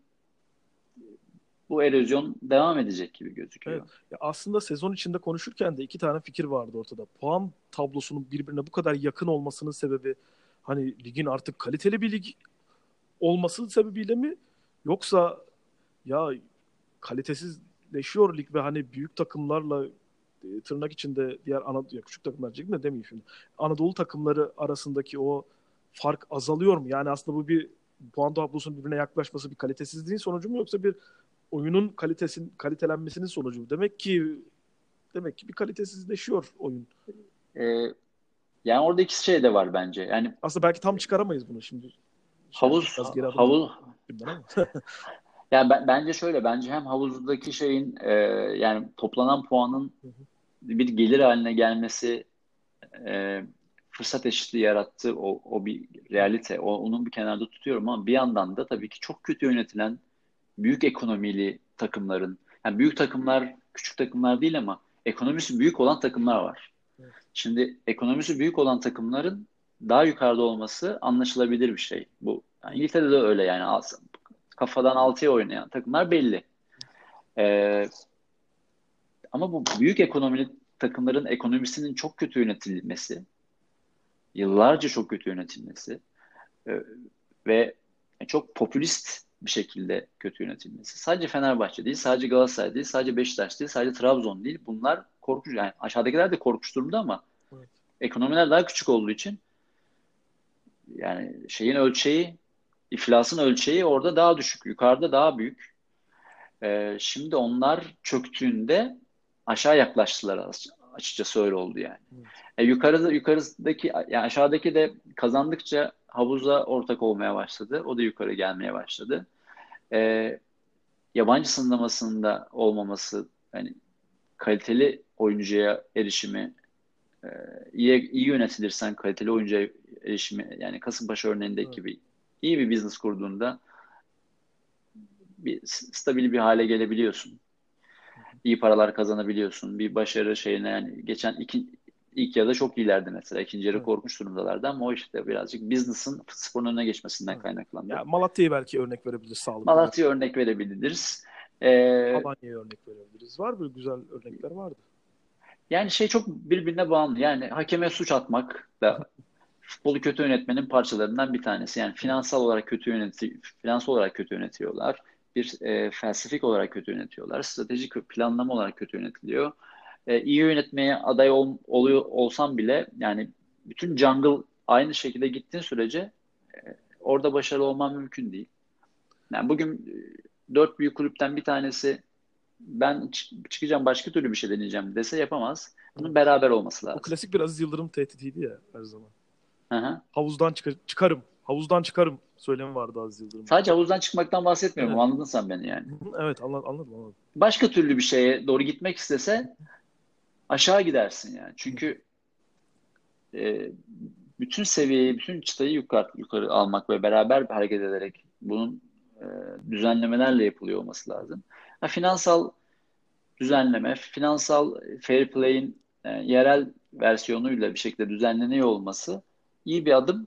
bu erozyon devam edecek gibi Evet. gözüküyor. Ya aslında sezon içinde konuşurken de iki tane fikir vardı ortada. Puan tablosunun birbirine bu kadar yakın olmasının sebebi hani ligin artık kaliteli bir lig olması sebebiyle mi? Yoksa ya kalitesizleşiyor lig ve hani büyük takımlarla tırnak içinde diğer ya küçük takımlar diyecektim de demeyeyim şimdi. Anadolu takımları arasındaki o fark azalıyor mu? Yani aslında bu bir puan tablosunun birbirine yaklaşması bir kalitesizliğin sonucu mu yoksa bir oyunun kalitelenmesinin sonucu mu? Demek ki bir kalitesizleşiyor oyun. E, Yani orada iki şey de var bence. Yani Aslında belki tam çıkaramayız bunu şimdi. Şey yapayım, havuz biraz geri adım atayım havuz şimdiden ama. yani bence şöyle bence hem havuzdaki şeyin yani toplanan puanın Hı hı. bir gelir haline gelmesi e, fırsat eşitliği yarattı. O bir Evet. realite. Onun bir kenarda tutuyorum ama bir yandan da tabii ki çok kötü yönetilen büyük ekonomili takımların yani büyük takımlar küçük takımlar değil ama ekonomisi büyük olan takımlar var. Evet. Şimdi ekonomisi büyük olan takımların daha yukarıda olması anlaşılabilir bir şey. Bu yani Evet. İngiltere'de de öyle yani kafadan altıya oynayan takımlar belli. Ee, Ama bu büyük ekonomili takımların ekonomisinin çok kötü yönetilmesi, yıllarca çok kötü yönetilmesi e, ve çok popülist bir şekilde kötü yönetilmesi. Sadece Fenerbahçe değil, sadece Galatasaray değil, sadece Beşiktaş değil, sadece Trabzon değil. Bunlar korkunç. Yani aşağıdakiler de korkunç durumda ama Evet. ekonomiler daha küçük olduğu için yani şeyin ölçeği, iflasın ölçeği orada daha düşük, yukarıda daha büyük. Şimdi onlar çöktüğünde aşağı yaklaştılar Açıkçası öyle oldu yani. Evet. Yukarıdaki yani aşağıdaki de kazandıkça havuza ortak olmaya başladı. O da yukarı gelmeye başladı. E, Yabancı sınırlamasında olmaması, hani kaliteli oyuncuya erişimi, e, iyi yönetilirsen kaliteli oyuncuya erişimi, yani Kasımpaşa örneğindeki Evet. gibi iyi bir business kurduğunda stabil bir hale gelebiliyorsun. İyi paralar kazanabiliyorsun. Bir başarı şeyine, yani ilk yarıda çok iyilerdi mesela. İkinci yarı Evet. korkunç durumdalardı ama o işte birazcık business'ın sporun önüne geçmesinden Evet. kaynaklandı. Ya Malatya'yı belki örnek verebiliriz sağlıklı bir. Malatya örnek verebiliriz. Ee, Alanya'ya örnek verebiliriz. Var böyle güzel örnekler vardı. Yani şey çok birbirine bağımlı. Yani hakeme suç atmak da futbolu kötü yönetmenin parçalarından bir tanesi. Yani Evet. finansal olarak kötü yönetiyorlar. Felsefik olarak kötü yönetiyorlar. Stratejik planlama olarak kötü yönetiliyor. İyi yönetmeye aday olsam bile, yani bütün jungle aynı şekilde gittiğin sürece orada başarılı olman mümkün değil. Yani bugün dört büyük kulüpten bir tanesi ben çıkacağım başka türlü bir şey deneyeceğim dese yapamaz. Bunun Evet. beraber olması O lazım. klasik bir Aziz Yıldırım tehdidiydi ya her zaman. Hı hı. Havuzdan çıkarım. Havuzdan çıkarım söylemi vardı Aziz Yıldırım'ın. Sadece havuzdan çıkmaktan bahsetmiyorum Evet. ama anladın sen beni yani. Hı hı, evet, anladım. Başka türlü bir şeye doğru gitmek istese aşağı gidersin yani. Hı hı. Çünkü e, bütün seviyeyi, bütün çıtayı yukarı almak ve beraber hareket ederek bunun e, düzenlemelerle yapılıyor olması lazım. Finansal düzenleme, finansal fair play'in yerel versiyonuyla bir şekilde düzenleniyor olması iyi bir adım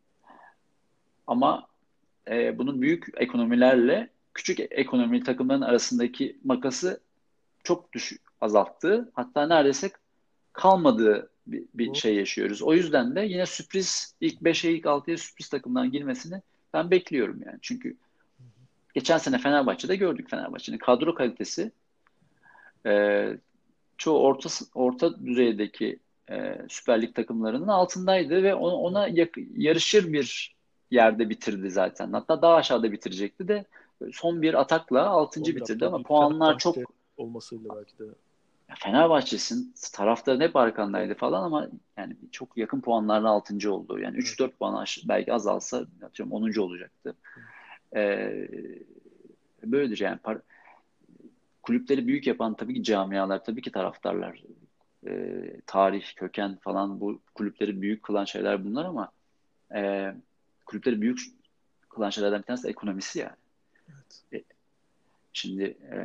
ama bunun büyük ekonomilerle küçük ekonomi takımların arasındaki makası çok azalttı. Hatta neredeyse kalmadığı bir Doğru. şey yaşıyoruz. O yüzden de yine sürpriz ilk 5'e ilk 6'ya sürpriz takımdan girmesini ben bekliyorum yani. Çünkü Hı hı. geçen sene Fenerbahçe'de gördük, Fenerbahçe'nin kadro kalitesi e, çoğu orta düzeydeki Süper Lig takımlarının altındaydı ve Evet. ona yarışır bir yerde bitirdi zaten. Hatta daha aşağıda bitirecekti de son bir atakla Son 6. bir bitirdi hafta ama bir puanlar Fenerbahçe çok. olmasıyla belki de. Ya Fenerbahçe'sin taraftarın hep arkandaydı Evet. falan ama yani çok yakın puanlarla 6. oldu. Yani Evet. 3-4 puan belki azalsa atıyorum 10. olacaktı. Ee, Böyledir yani. Kulüpleri büyük yapan tabii ki camialar, tabii ki taraftarlar. Tarih, köken falan, bu kulüpleri büyük kılan şeyler bunlar ama e, kulüpleri büyük kılan şeylerden bir tanesi de ekonomisi yani. Evet. E, Şimdi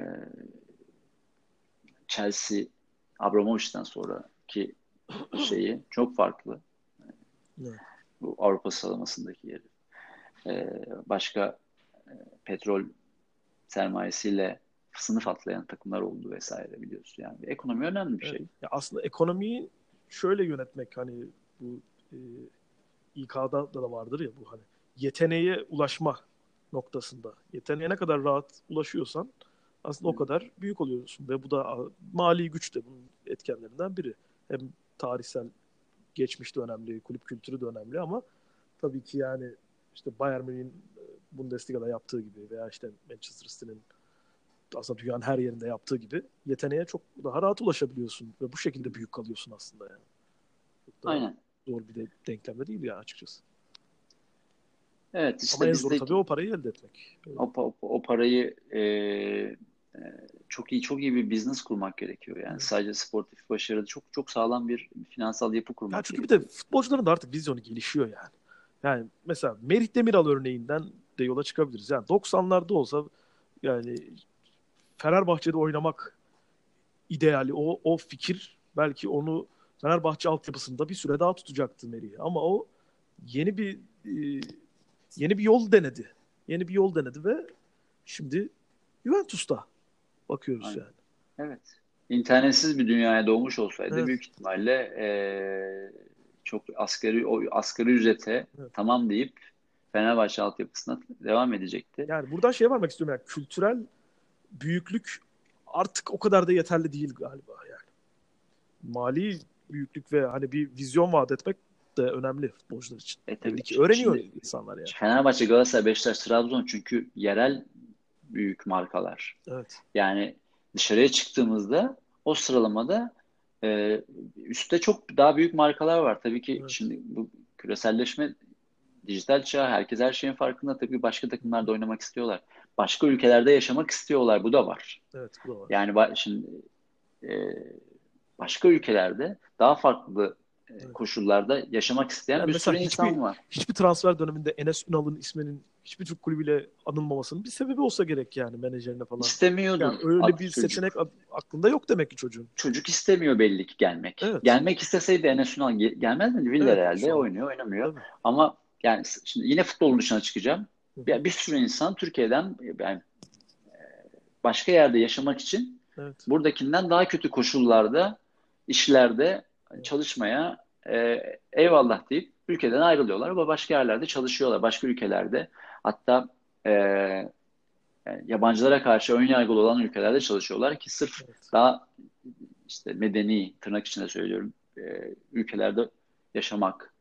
Chelsea Abramovich'ten sonraki şeyi çok farklı. Evet. Bu Avrupa sıralamasındaki yeri. Başka petrol sermayesiyle sınıf atlayan takımlar oldu vesaire, biliyorsun. Yani ekonomi önemli bir Evet. şey. Ya aslında ekonomiyi şöyle yönetmek hani bu e, İK'da da vardır ya bu hani yeteneğe ulaşma noktasında. Yeteneğe ne kadar rahat ulaşıyorsan aslında o kadar büyük oluyorsun ve bu da mali güç de bunun etkenlerinden biri. Hem tarihsel geçmiş de önemli, kulüp kültürü de önemli ama tabii ki yani işte Bayern Münih'in Bundesliga'da yaptığı gibi veya işte Manchester City'nin aslında dünyanın her yerinde yaptığı gibi yeteneğe çok daha rahat ulaşabiliyorsun ve bu şekilde büyük kalıyorsun aslında yani. Çok da Aynen. zor bir de denklemde değil yani açıkçası. Evet, Ama işte en zoru tabii bizdeki o parayı elde etmek. Öyle. o parayı e, çok iyi bir business kurmak gerekiyor. Yani Evet. sadece sportif başarıda çok çok sağlam bir finansal yapı Ya kurmak çünkü bir de gerekiyor. futbolcuların da artık vizyonu gelişiyor yani. Yani mesela Merih Demiral örneğinden de yola çıkabiliriz. Yani 90'larda olsa yani Fenerbahçe'de oynamak ideali, o fikir belki onu Fenerbahçe altyapısında bir süre daha tutacaktı Merih'i. Ama o yeni bir e, yeni bir yol denedi. Yeni bir yol denedi ve şimdi Juventus'ta bakıyoruz Aynen. yani. Evet. İnternetsiz bir dünyaya doğmuş olsaydı Evet, büyük ihtimalle çok asgari ücrete evet. tamam deyip Fenerbahçe altyapısına devam edecekti. Yani buradan şeye varmak istiyorum yani kültürel büyüklük artık o kadar da yeterli değil galiba yani. Mali büyüklük ve hani bir vizyon vaat etmek de önemli futbolcular için. Tabii Belli ki öğreniyor şimdi insanlar yani. Fenerbahçe, Galatasaray, Beşiktaş, Trabzon çünkü yerel büyük markalar. Evet. Yani dışarıya çıktığımızda o sıralamada Üstte çok daha büyük markalar var. Tabii ki Evet. şimdi bu küreselleşme, dijital çağ, herkes her şeyin farkında. Tabii başka takımlarda oynamak istiyorlar. Başka ülkelerde yaşamak istiyorlar. Bu da var. Evet, bu da var. Yani şimdi e, başka ülkelerde daha farklı Evet. koşullarda yaşamak isteyen Yani bir mesela sürü insan var. hiçbir transfer döneminde Enes Ünal'ın isminin hiçbir Türk kulübüyle anılmamasının bir sebebi olsa gerek yani, menajerine falan. Yani İstemiyordur öyle bir seçenek çocuk. aklında yok demek ki çocuğun. Çocuk istemiyor belli ki gelmek. Evet. Gelmek isteseydi Enes Ünal gelmez mi? Evet, Villarreal'de şu an. oynuyor, oynamıyor. Tabii. Ama yani şimdi yine futbolun dışına çıkacağım. Hı hı. Bir sürü insan Türkiye'den, yani başka yerde yaşamak için Evet. buradakinden daha kötü koşullarda, işlerde Evet. çalışmaya eyvallah deyip ülkeden ayrılıyorlar ve başka yerlerde çalışıyorlar. Başka ülkelerde, hatta e, yani yabancılara karşı ön yargılı olan ülkelerde çalışıyorlar ki sırf Evet. daha işte medeni, tırnak içinde söylüyorum, ülkelerde yaşamak,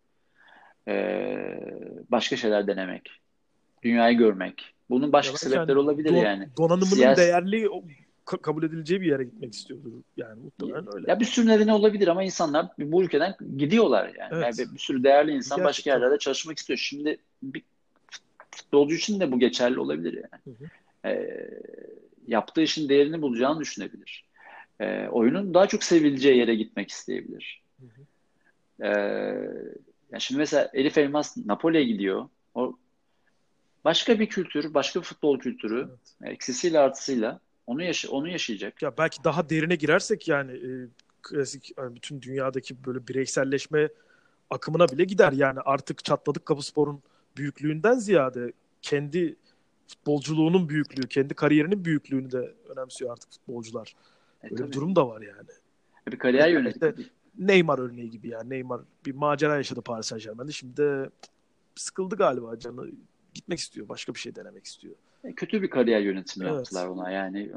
başka şeyler denemek, dünyayı görmek. Bunun Ya başka belki sebepleri hani olabilir yani. donanımının Siyasi, değerli kabul edileceği bir yere gitmek istiyordur. Yani muhtemelen öyle. ya bir sürü nedeni olabilir ama insanlar bu ülkeden gidiyorlar yani. Evet. Bir sürü değerli Bu insan gerçek başka tabii. yerlerde çalışmak istiyor. Şimdi bir futbolcu için de bu geçerli olabilir yani. Hı hı. E, Yaptığı işin değerini bulacağını düşünebilir. Oyunun daha çok sevileceği yere gitmek isteyebilir. Hı hı. Ee, Ya şimdi mesela Elif Elmas Napoli'ye gidiyor. O başka bir kültür, başka bir futbol kültürü, Evet. eksisiyle artısıyla onu yaşayacak. Ya belki daha derine girersek yani klasik yani bütün dünyadaki böyle bireyselleşme akımına bile gider. Yani artık çatladık Kapuspor'un büyüklüğünden ziyade kendi futbolculuğunun büyüklüğü, kendi kariyerinin büyüklüğünü de önemsiyor artık futbolcular. Böyle bir Tabii. durum da var yani. Bir kariyer Mesela yönet. işte Neymar örneği gibi yani. Neymar bir macera yaşadı Paris Saint-Germain'de. Şimdi de sıkıldı galiba, canı gitmek istiyor. Başka bir şey denemek istiyor. Kötü bir kariyer yönetimi yaptılar Evet. ona. Yani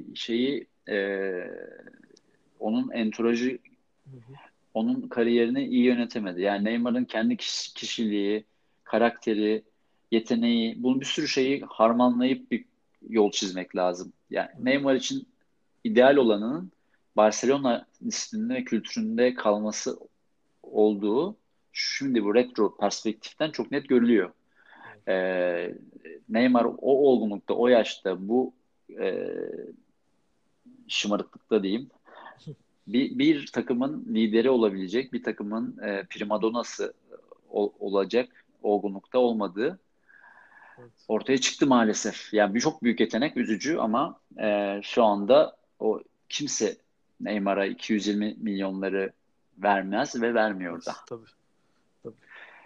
onun entourajı Hı hı. onun kariyerini iyi yönetemedi. Yani Neymar'ın kendi kişiliği, karakteri, yeteneği, bunun bir sürü şeyi harmanlayıp bir yol çizmek lazım. Yani Hı hı. Neymar için ideal olanın Barcelona disiplinde ve kültüründe kalması olduğu şimdi bu retro perspektiften çok net görülüyor. Evet. Ee, Neymar o olgunlukta, o yaşta, bu e, şımarıklıkta diyeyim, bir takımın lideri olabilecek, bir takımın primadonası olacak olgunlukta olmadığı Evet. ortaya çıktı maalesef. Yani bir çok büyük yetenek, üzücü ama şu anda o kimse Neymar'a 220 milyonları vermez ve vermiyor da. Evet. Tabii. Tabii.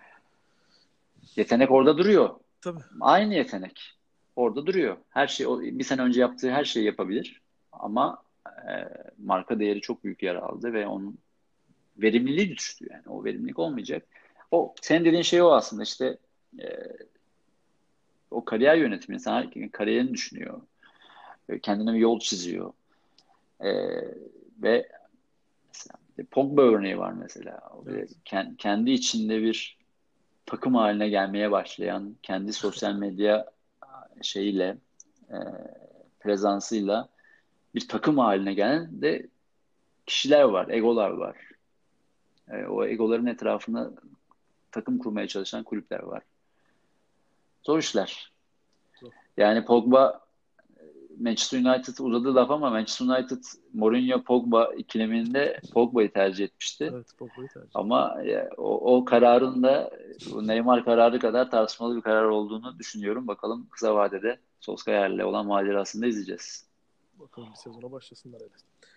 Yetenek orada duruyor. Tabii. Aynı yetenek orada duruyor. Her şey, bir sene önce yaptığı her şeyi yapabilir ama marka değeri çok büyük yer aldı ve onun verimliliği düştü yani. O verimlilik olmayacak. O senin dediğin şey o aslında işte, e, o kariyer yönetimi. İnsan kariyerini düşünüyor. Kendine bir yol çiziyor. E, Ve mesela Pogba örneği var mesela. O bile Evet. kendi içinde bir takım haline gelmeye başlayan, kendi sosyal medya şeyiyle, e, prezansıyla bir takım haline gelen de kişiler var, egolar var. O egoların etrafına takım kurmaya çalışan kulüpler var. Zor işler. Zor. Yani Pogba, Manchester United uzadı laf ama Manchester United Mourinho-Pogba ikileminde Pogba'yı tercih etmişti. Evet. Pogba'yı tercih etti. Ama o kararın da bu Neymar kararı kadar tartışmalı bir karar olduğunu düşünüyorum. Bakalım kısa vadede Solskjaer'le olan macerasını da izleyeceğiz. Bakalım bir sezona başlasınlar hele.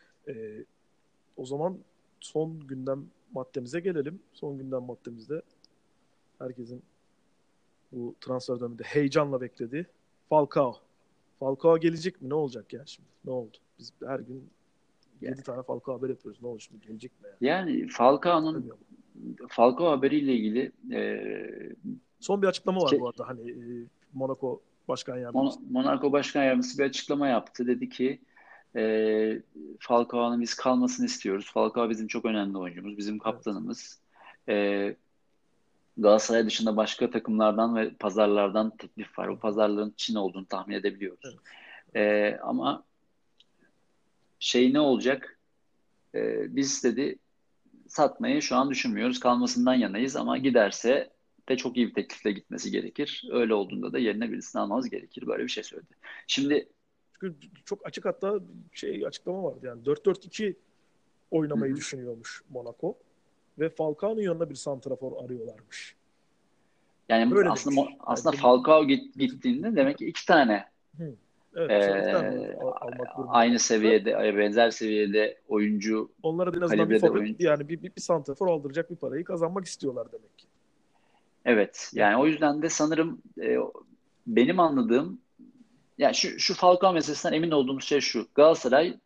O zaman son gündem maddemize gelelim. Son gündem maddemizde herkesin bu transfer döneminde heyecanla beklediği Falcao. Falcao gelecek mi? Ne olacak yani şimdi? Ne oldu? Biz her gün Ya- 7 tane Falcao haber yapıyoruz. Ne oldu şimdi? Gelecek mi yani? Yani Bilmiyorum. Falcao haberiyle ilgili Son bir açıklama var bu şey, arada. Hani Monaco Başkan Yardımcısı. Monaco Başkan Yardımcısı bir açıklama yaptı. Dedi ki Falcao'nun biz kalmasını istiyoruz. Falcao bizim çok önemli oyuncumuz, bizim Evet. kaptanımız. E, Galatasaray dışında başka takımlardan ve pazarlardan teklif var. Hı O hı. pazarların Çin olduğunu tahmin edebiliyoruz. Evet. Evet. Ama şey ne olacak? Biz dedi satmayı şu an düşünmüyoruz. Kalmasından yanayız ama giderse de çok iyi bir teklifle gitmesi gerekir. Öyle olduğunda da yerine birisini almamız gerekir. Böyle bir şey söyledi. Şimdi Çünkü çok açık, hatta açıklama vardı yani 4-4-2 hı oynamayı hı. düşünüyormuş Monaco ve Falcao'nun yanına bir santrafor arıyorlarmış. Yani Öyle aslında demiş. Yani aslında Falcao gittiğinde demek ki iki tane hı. Evet, bu sefer iki tane oyuncu e, almak durumunda aynı kalacaklar. seviyede, benzer seviyede oyuncu Onlara da en azından bir kalibrede forvet, oyuncu. yani bir santrafor aldıracak bir parayı kazanmak istiyorlar demek ki. Evet. Evet. Yani o yüzden de sanırım benim anladığım, yani şu Falcao meselesinden emin olduğumuz şey şu. Galatasaray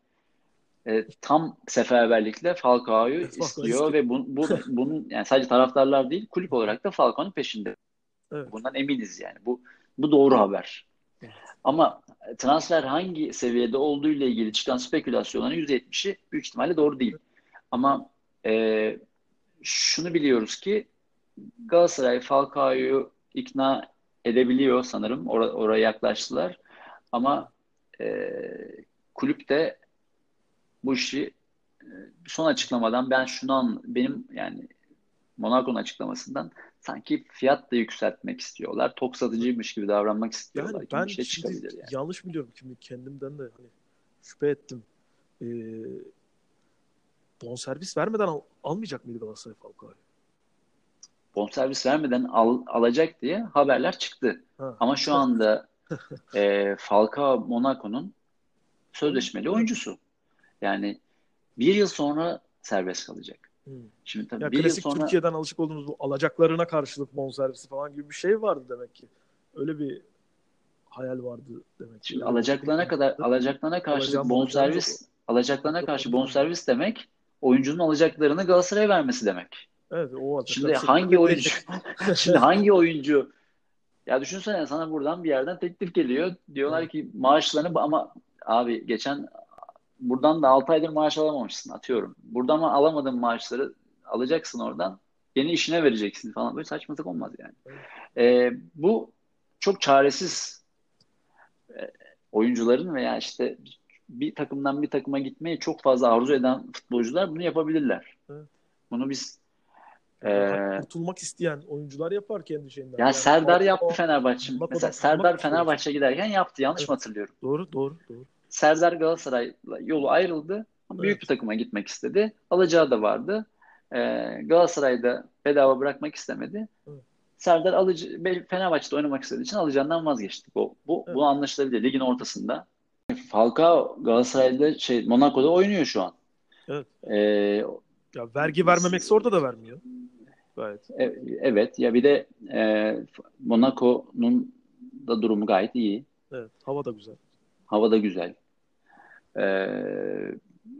tam seferberlikle Falcao'yu Evet, Falcao istiyor istiyor. ve bunun yani sadece taraftarlar değil, kulüp olarak da Falcao'nun peşinde. Evet. Bundan eminiz yani. Bu doğru haber. Evet. Ama transfer hangi seviyede olduğu ile ilgili çıkan spekülasyonların %70'i büyük ihtimalle doğru değil. Ama e, şunu biliyoruz ki Galatasaray Falcao'yu ikna edebiliyor sanırım. Oraya yaklaştılar. Ama e, kulüp de bu işi son açıklamadan ben benim yani Monaco'nun açıklamasından sanki fiyat da yükseltmek istiyorlar. Tok satıcıymış gibi davranmak Yani istiyorlar gibi bir ben şey şimdi çıkabilir yani. yanlış biliyorum, şimdi kendimden de hani şüphe ettim. Ee, bonservis vermeden almayacak mıydı Galatasaray Falcao'yu? Bonservis vermeden alacak diye haberler çıktı. Ha. Ama şu anda Falcao Monaco'nun Oyuncu. sözleşmeli Evet. oyuncusu. Yani bir yıl sonra serbest kalacak. Hmm. Şimdi tabii Ya bir yıl klasik sonra Türkiye'den alışık olduğumuz bu alacaklarına karşılık bonservisi falan gibi bir şey vardı demek ki. Öyle bir hayal vardı demek ki. şimdi Öyle bir oyun vardı. alacaklarına karşılık Alacağım alacağım yok. alacaklarına karşı Yapılabilir mi? bonservis demek oyuncunun alacaklarını Galatasaray'a vermesi demek. Evet, o olacak. Şimdi Tabii senin hangi dediğin oyuncu değecek. şimdi hangi oyuncu ya düşünsene sana buradan bir yerden teklif geliyor. Diyorlar Evet. ki maaşlarını ama abi geçen buradan da 6 aydır maaş alamamışsın atıyorum. Buradan ama alamadığın maaşları alacaksın oradan. Yeni işine vereceksin falan. Böyle saçma sapan olmaz yani. Evet. Bu çok çaresiz oyuncuların veya işte bir takımdan bir takıma gitmeyi çok fazla arzu eden futbolcular bunu yapabilirler. Evet. Bunu biz Ya e, da hani kurtulmak isteyen oyuncular yapar kendi şeyinden. ya Yani Serdar yaptı Monaco, Fenerbahçe. Mesela Monaco'da kurtulmak Serdar istiyor işte. Fenerbahçe giderken yaptı. Yanlış mı Evet. hatırlıyorum? Doğru, doğru, doğru. Serdar Galatasaray'la yolu ayrıldı. Büyük bir Evet. takıma gitmek istedi. Alacağı da vardı. Galatasaray'da bedava bırakmak istemedi. Evet. Fenerbahçe'de oynamak istediği için alacağından vazgeçti. Bu Evet. anlaşılabilir. Ligin ortasında. Falcao Galatasaray'da Monaco'da oynuyor şu an. Evet. Ee, Ya vergi vermemekse orada da vermiyor. Gayet. evet ya bir de Monaco'nun da durumu gayet iyi. Evet. Hava da güzel. Hava da güzel. Ee,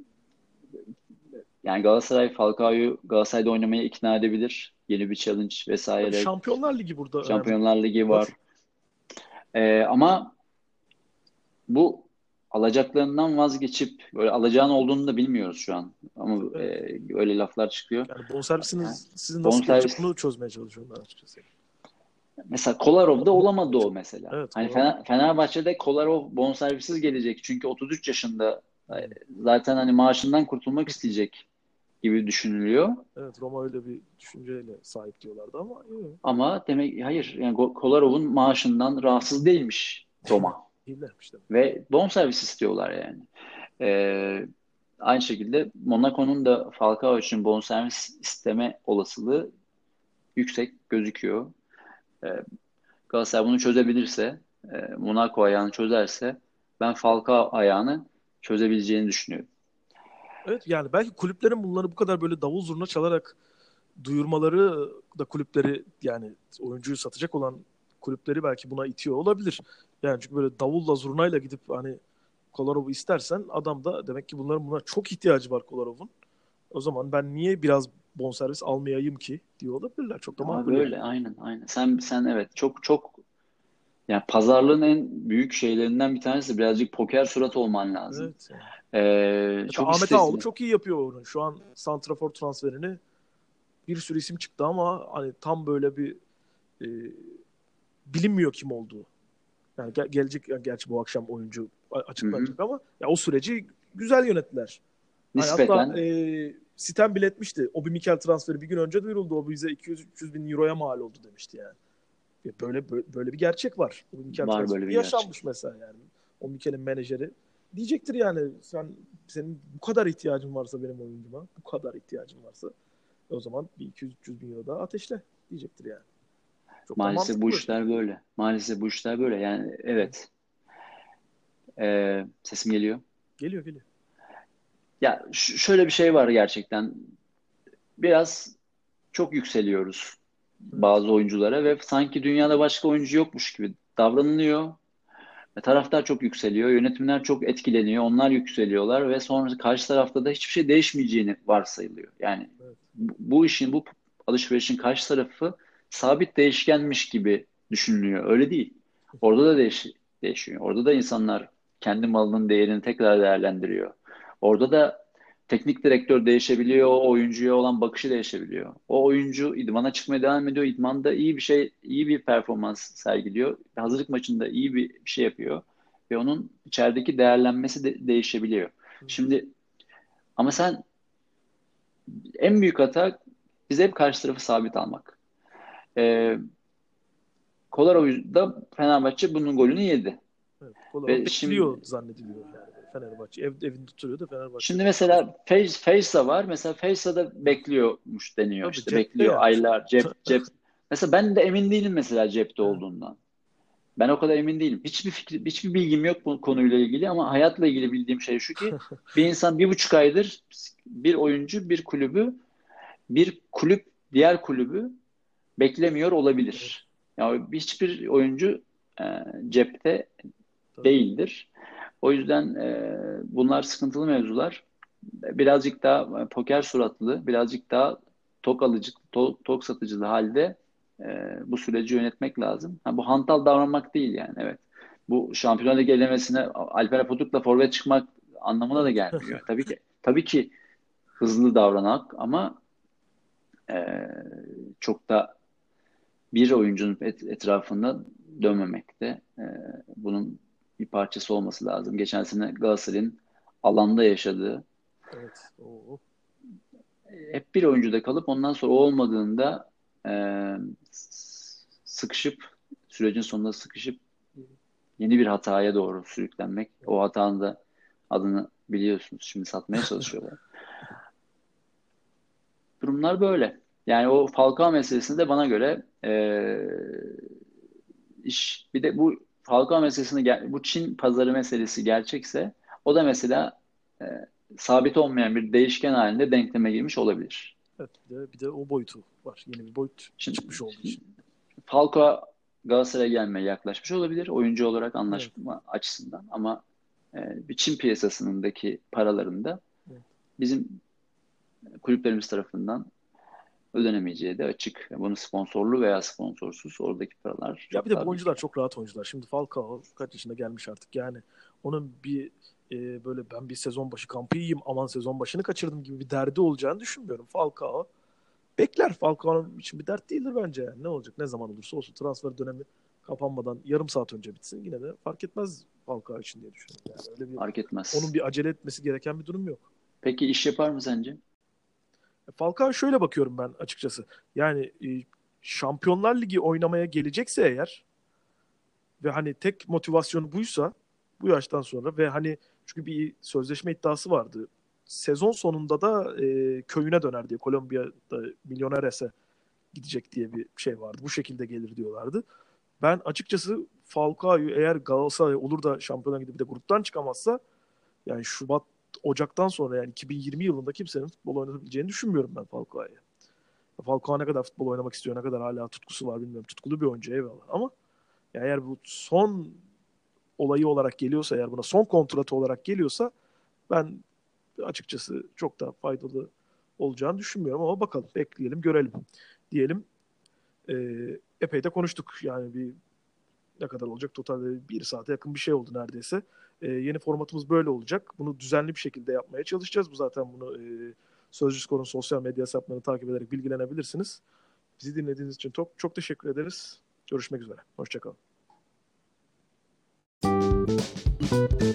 Yani Galatasaray Falcao'yu Galatasaray'da oynamaya ikna edebilir. Yeni bir challenge Tabii vesaire. Şampiyonlar Ligi burada önemli Şampiyonlar Ligi var. var. Ama bu alacaklarından vazgeçip böyle alacağın olduğunu da bilmiyoruz şu an. Ama Evet. öyle laflar çıkıyor. Yani Yani bonservisiniz sizin nasıl gelecek, bonservis onu çözmeye çalışıyorum ben açıkçası. mesela Kolarov'da Mo- olamadı o mesela. evet, Hani Kolarov. Fenerbahçe'de Kolarov bonservissiz gelecek. Çünkü 33 yaşında Hmm. zaten hani maaşından kurtulmak isteyecek gibi düşünülüyor. Evet, Roma öyle bir düşünceyle sahip diyorlardı ama iyi. Ama demek hayır yani Kolarov'un maaşından rahatsız değilmiş Roma İyilermiş demek. ve bonservis istiyorlar yani. Aynı şekilde Monaco'nun da Falcao için bonservis isteme olasılığı yüksek gözüküyor. Ee, Galatasaray bunu çözebilirse, Monaco ayağını çözerse ben Falcao ayağını çözebileceğini düşünüyorum. Evet, yani belki kulüplerin bunları bu kadar böyle davul zurna çalarak duyurmaları da kulüpleri, yani oyuncuyu satacak olan kulüpleri belki buna itiyor olabilir. Yani çünkü böyle davulla zurnayla gidip hani Kolarov'u istersen, adam da demek ki buna çok ihtiyacı var Kolarov'un. O zaman ben niye biraz bonservis almayayım ki diyor olabilirler. Çok da Abi makul yani. öyle aynen. Sen evet çok yani pazarlığın en büyük şeylerinden bir tanesi birazcık poker surat olman lazım. Evet yani. Mesela Çok Ahmet Ağaoğlu istekli. çok iyi yapıyor onu. Şu an santrafor transferini, bir sürü isim çıktı ama hani tam böyle bir e, bilinmiyor kim olduğu. Yani gelecek, yani gerçi bu akşam oyuncu Hı hı. açıklanacak ama ya o süreci güzel yönettiler. Nispeten. Hatta sitem bile etmişti. Obi Mikel transferi bir gün önce duyuruldu. O bize 200-300 bin euroya mal oldu demişti yani. Böyle bir gerçek var. Obi Mikel Var böyle transferi bir yaşanmış gerçek. mesela yani. Obi Mikel'in menajeri diyecektir yani, senin bu kadar ihtiyacın varsa benim oyuncuma, bu kadar ihtiyacın varsa o zaman bir 200-300 bin euro daha ateşle diyecektir yani. Çok da Maalesef bu mantıklı. işler böyle. Maalesef bu işler böyle. Yani Hı. evet. Sesim geliyor. Geliyor. Ya şöyle bir şey var gerçekten. Biraz çok yükseliyoruz Evet. bazı oyunculara ve sanki dünyada başka oyuncu yokmuş gibi davranılıyor. Ve taraftar çok yükseliyor, yönetimler çok etkileniyor, onlar yükseliyorlar ve sonra karşı tarafta da hiçbir şey değişmeyeceğini varsayılıyor. Yani Evet. bu işin, bu alışverişin karşı tarafı sabit değişkenmiş gibi düşünülüyor. Öyle değil. Orada da değişiyor. Orada da insanlar kendi malının değerini tekrar değerlendiriyor. Orada da teknik direktör değişebiliyor, o oyuncuya olan bakışı değişebiliyor. O oyuncu idmana çıkmaya devam ediyor. İdmanda iyi bir şey, iyi bir performans sergiliyor. Hazırlık maçında iyi bir şey yapıyor ve onun içerideki değerlenmesi de değişebiliyor. Şimdi ama sen en büyük hata bize hep karşı tarafı sabit almak. Ee, Kolarov'da Fenerbahçe bunun golünü yedi. Evet. Kolarov Ve bekliyor şimdi zannediliyor yani. Fenerbahçe evinde tutuyor da Fenerbahçe şimdi kazan. mesela Feysa var. Mesela Feysa da Evet. bekliyormuş deniyor. Tabii İşte cepte bekliyor yani şu an. aylar cep. Mesela ben de emin değilim mesela cepte Evet. olduğundan. Ben o kadar emin değilim. Hiçbir bilgim yok bu konuyla ilgili ama hayatla ilgili bildiğim şey şu ki bir insan 1,5 aydır bir oyuncu, bir kulüp, diğer kulübü beklemiyor Evet. olabilir. Yani hiçbir oyuncu e, cepte Tabii. değildir. O yüzden bunlar sıkıntılı mevzular. Birazcık daha poker suratlı, birazcık daha tok satıcılı halde bu süreci yönetmek lazım. Ha, bu hantal davranmak değil yani, evet. Bu Şampiyonlar Ligi elemesine Alper Potuk'la forvet çıkmak anlamına da Evet. gelmiyor. Tabii ki hızlı davranak ama e, çok da bir oyuncunun etrafında dönmemekte. Bunun bir parçası olması lazım. Geçen sene Galatasaray'ın alanda yaşadığı, Evet. Oo. hep bir oyuncuda kalıp ondan sonra o olmadığında e, sıkışıp sürecin sonunda sıkışıp yeni bir hataya doğru sürüklenmek. O hatanın da adını biliyorsunuz. Şimdi satmaya çalışıyorlar. Durumlar böyle. Yani o Falcao meselesinde bana göre iş bir de bu Falcao meselesini bu Çin pazarı meselesi gerçekse o da mesela e, sabit olmayan bir değişken halinde denkleme girmiş olabilir. Evet. Bir de o boyutu var. Yeni bir boyut Şimdi, çıkmış olduğu şimdi için. Falcao Galatasaray'a gelmeye yaklaşmış olabilir oyuncu olarak Evet. anlaşma açısından ama bir Çin piyasasındaki paralarında Evet. bizim kulüplerimiz tarafından ödenemeyeceği de açık. Bunun sponsorlu veya sponsorsuz oradaki paralar Ya bir çok de bu daha büyük oyuncular yani. çok rahat oyuncular. Şimdi Falcao kaç yaşına gelmiş artık. Yani onun böyle ben bir sezon başı kampı yiyeyim, aman sezon başını kaçırdım gibi bir derdi olacağını düşünmüyorum. Falcao bekler. Falcao'nun için bir dert değildir bence yani. Ne olacak? Ne zaman olursa olsun transfer dönemi kapanmadan yarım saat önce bitsin. Yine de fark etmez Falcao için diye düşünüyorum. Yani öyle bir Fark onun etmez. bir acele etmesi gereken bir durum yok. Peki iş yapar mı sence? Falcao şöyle bakıyorum ben açıkçası. Yani Şampiyonlar Ligi oynamaya gelecekse eğer ve hani tek motivasyonu buysa bu yaştan sonra ve hani çünkü bir sözleşme iddiası vardı. Sezon sonunda da köyüne döner diye Kolombiya'da Milyoneres'e gidecek diye bir şey vardı. Bu şekilde gelir diyorlardı. Ben açıkçası Falcao'yu eğer Galatasaray olur da Şampiyonlar Ligi'de bir de gruptan çıkamazsa yani Şubat Ocak'tan sonra yani 2020 yılında kimsenin futbol oynatabileceğini düşünmüyorum ben Falcao'ya. Falcao ne kadar futbol oynamak istiyor, ne kadar hala tutkusu var bilmiyorum. Tutkulu bir oyuncu eyvallah ama yani eğer bu son olayı olarak geliyorsa, eğer buna son kontratı olarak geliyorsa ben açıkçası çok da faydalı olacağını düşünmüyorum ama bakalım, bekleyelim görelim diyelim. Epey de konuştuk yani ne kadar olacak, totalde bir saate yakın bir şey oldu neredeyse. Yeni formatımız böyle olacak. Bunu düzenli bir şekilde yapmaya çalışacağız. Bu zaten bunu Sözcü Spor'un sosyal medya hesaplarını takip ederek bilgilenebilirsiniz. Bizi dinlediğiniz için çok çok teşekkür ederiz. Görüşmek üzere. Hoşçakalın.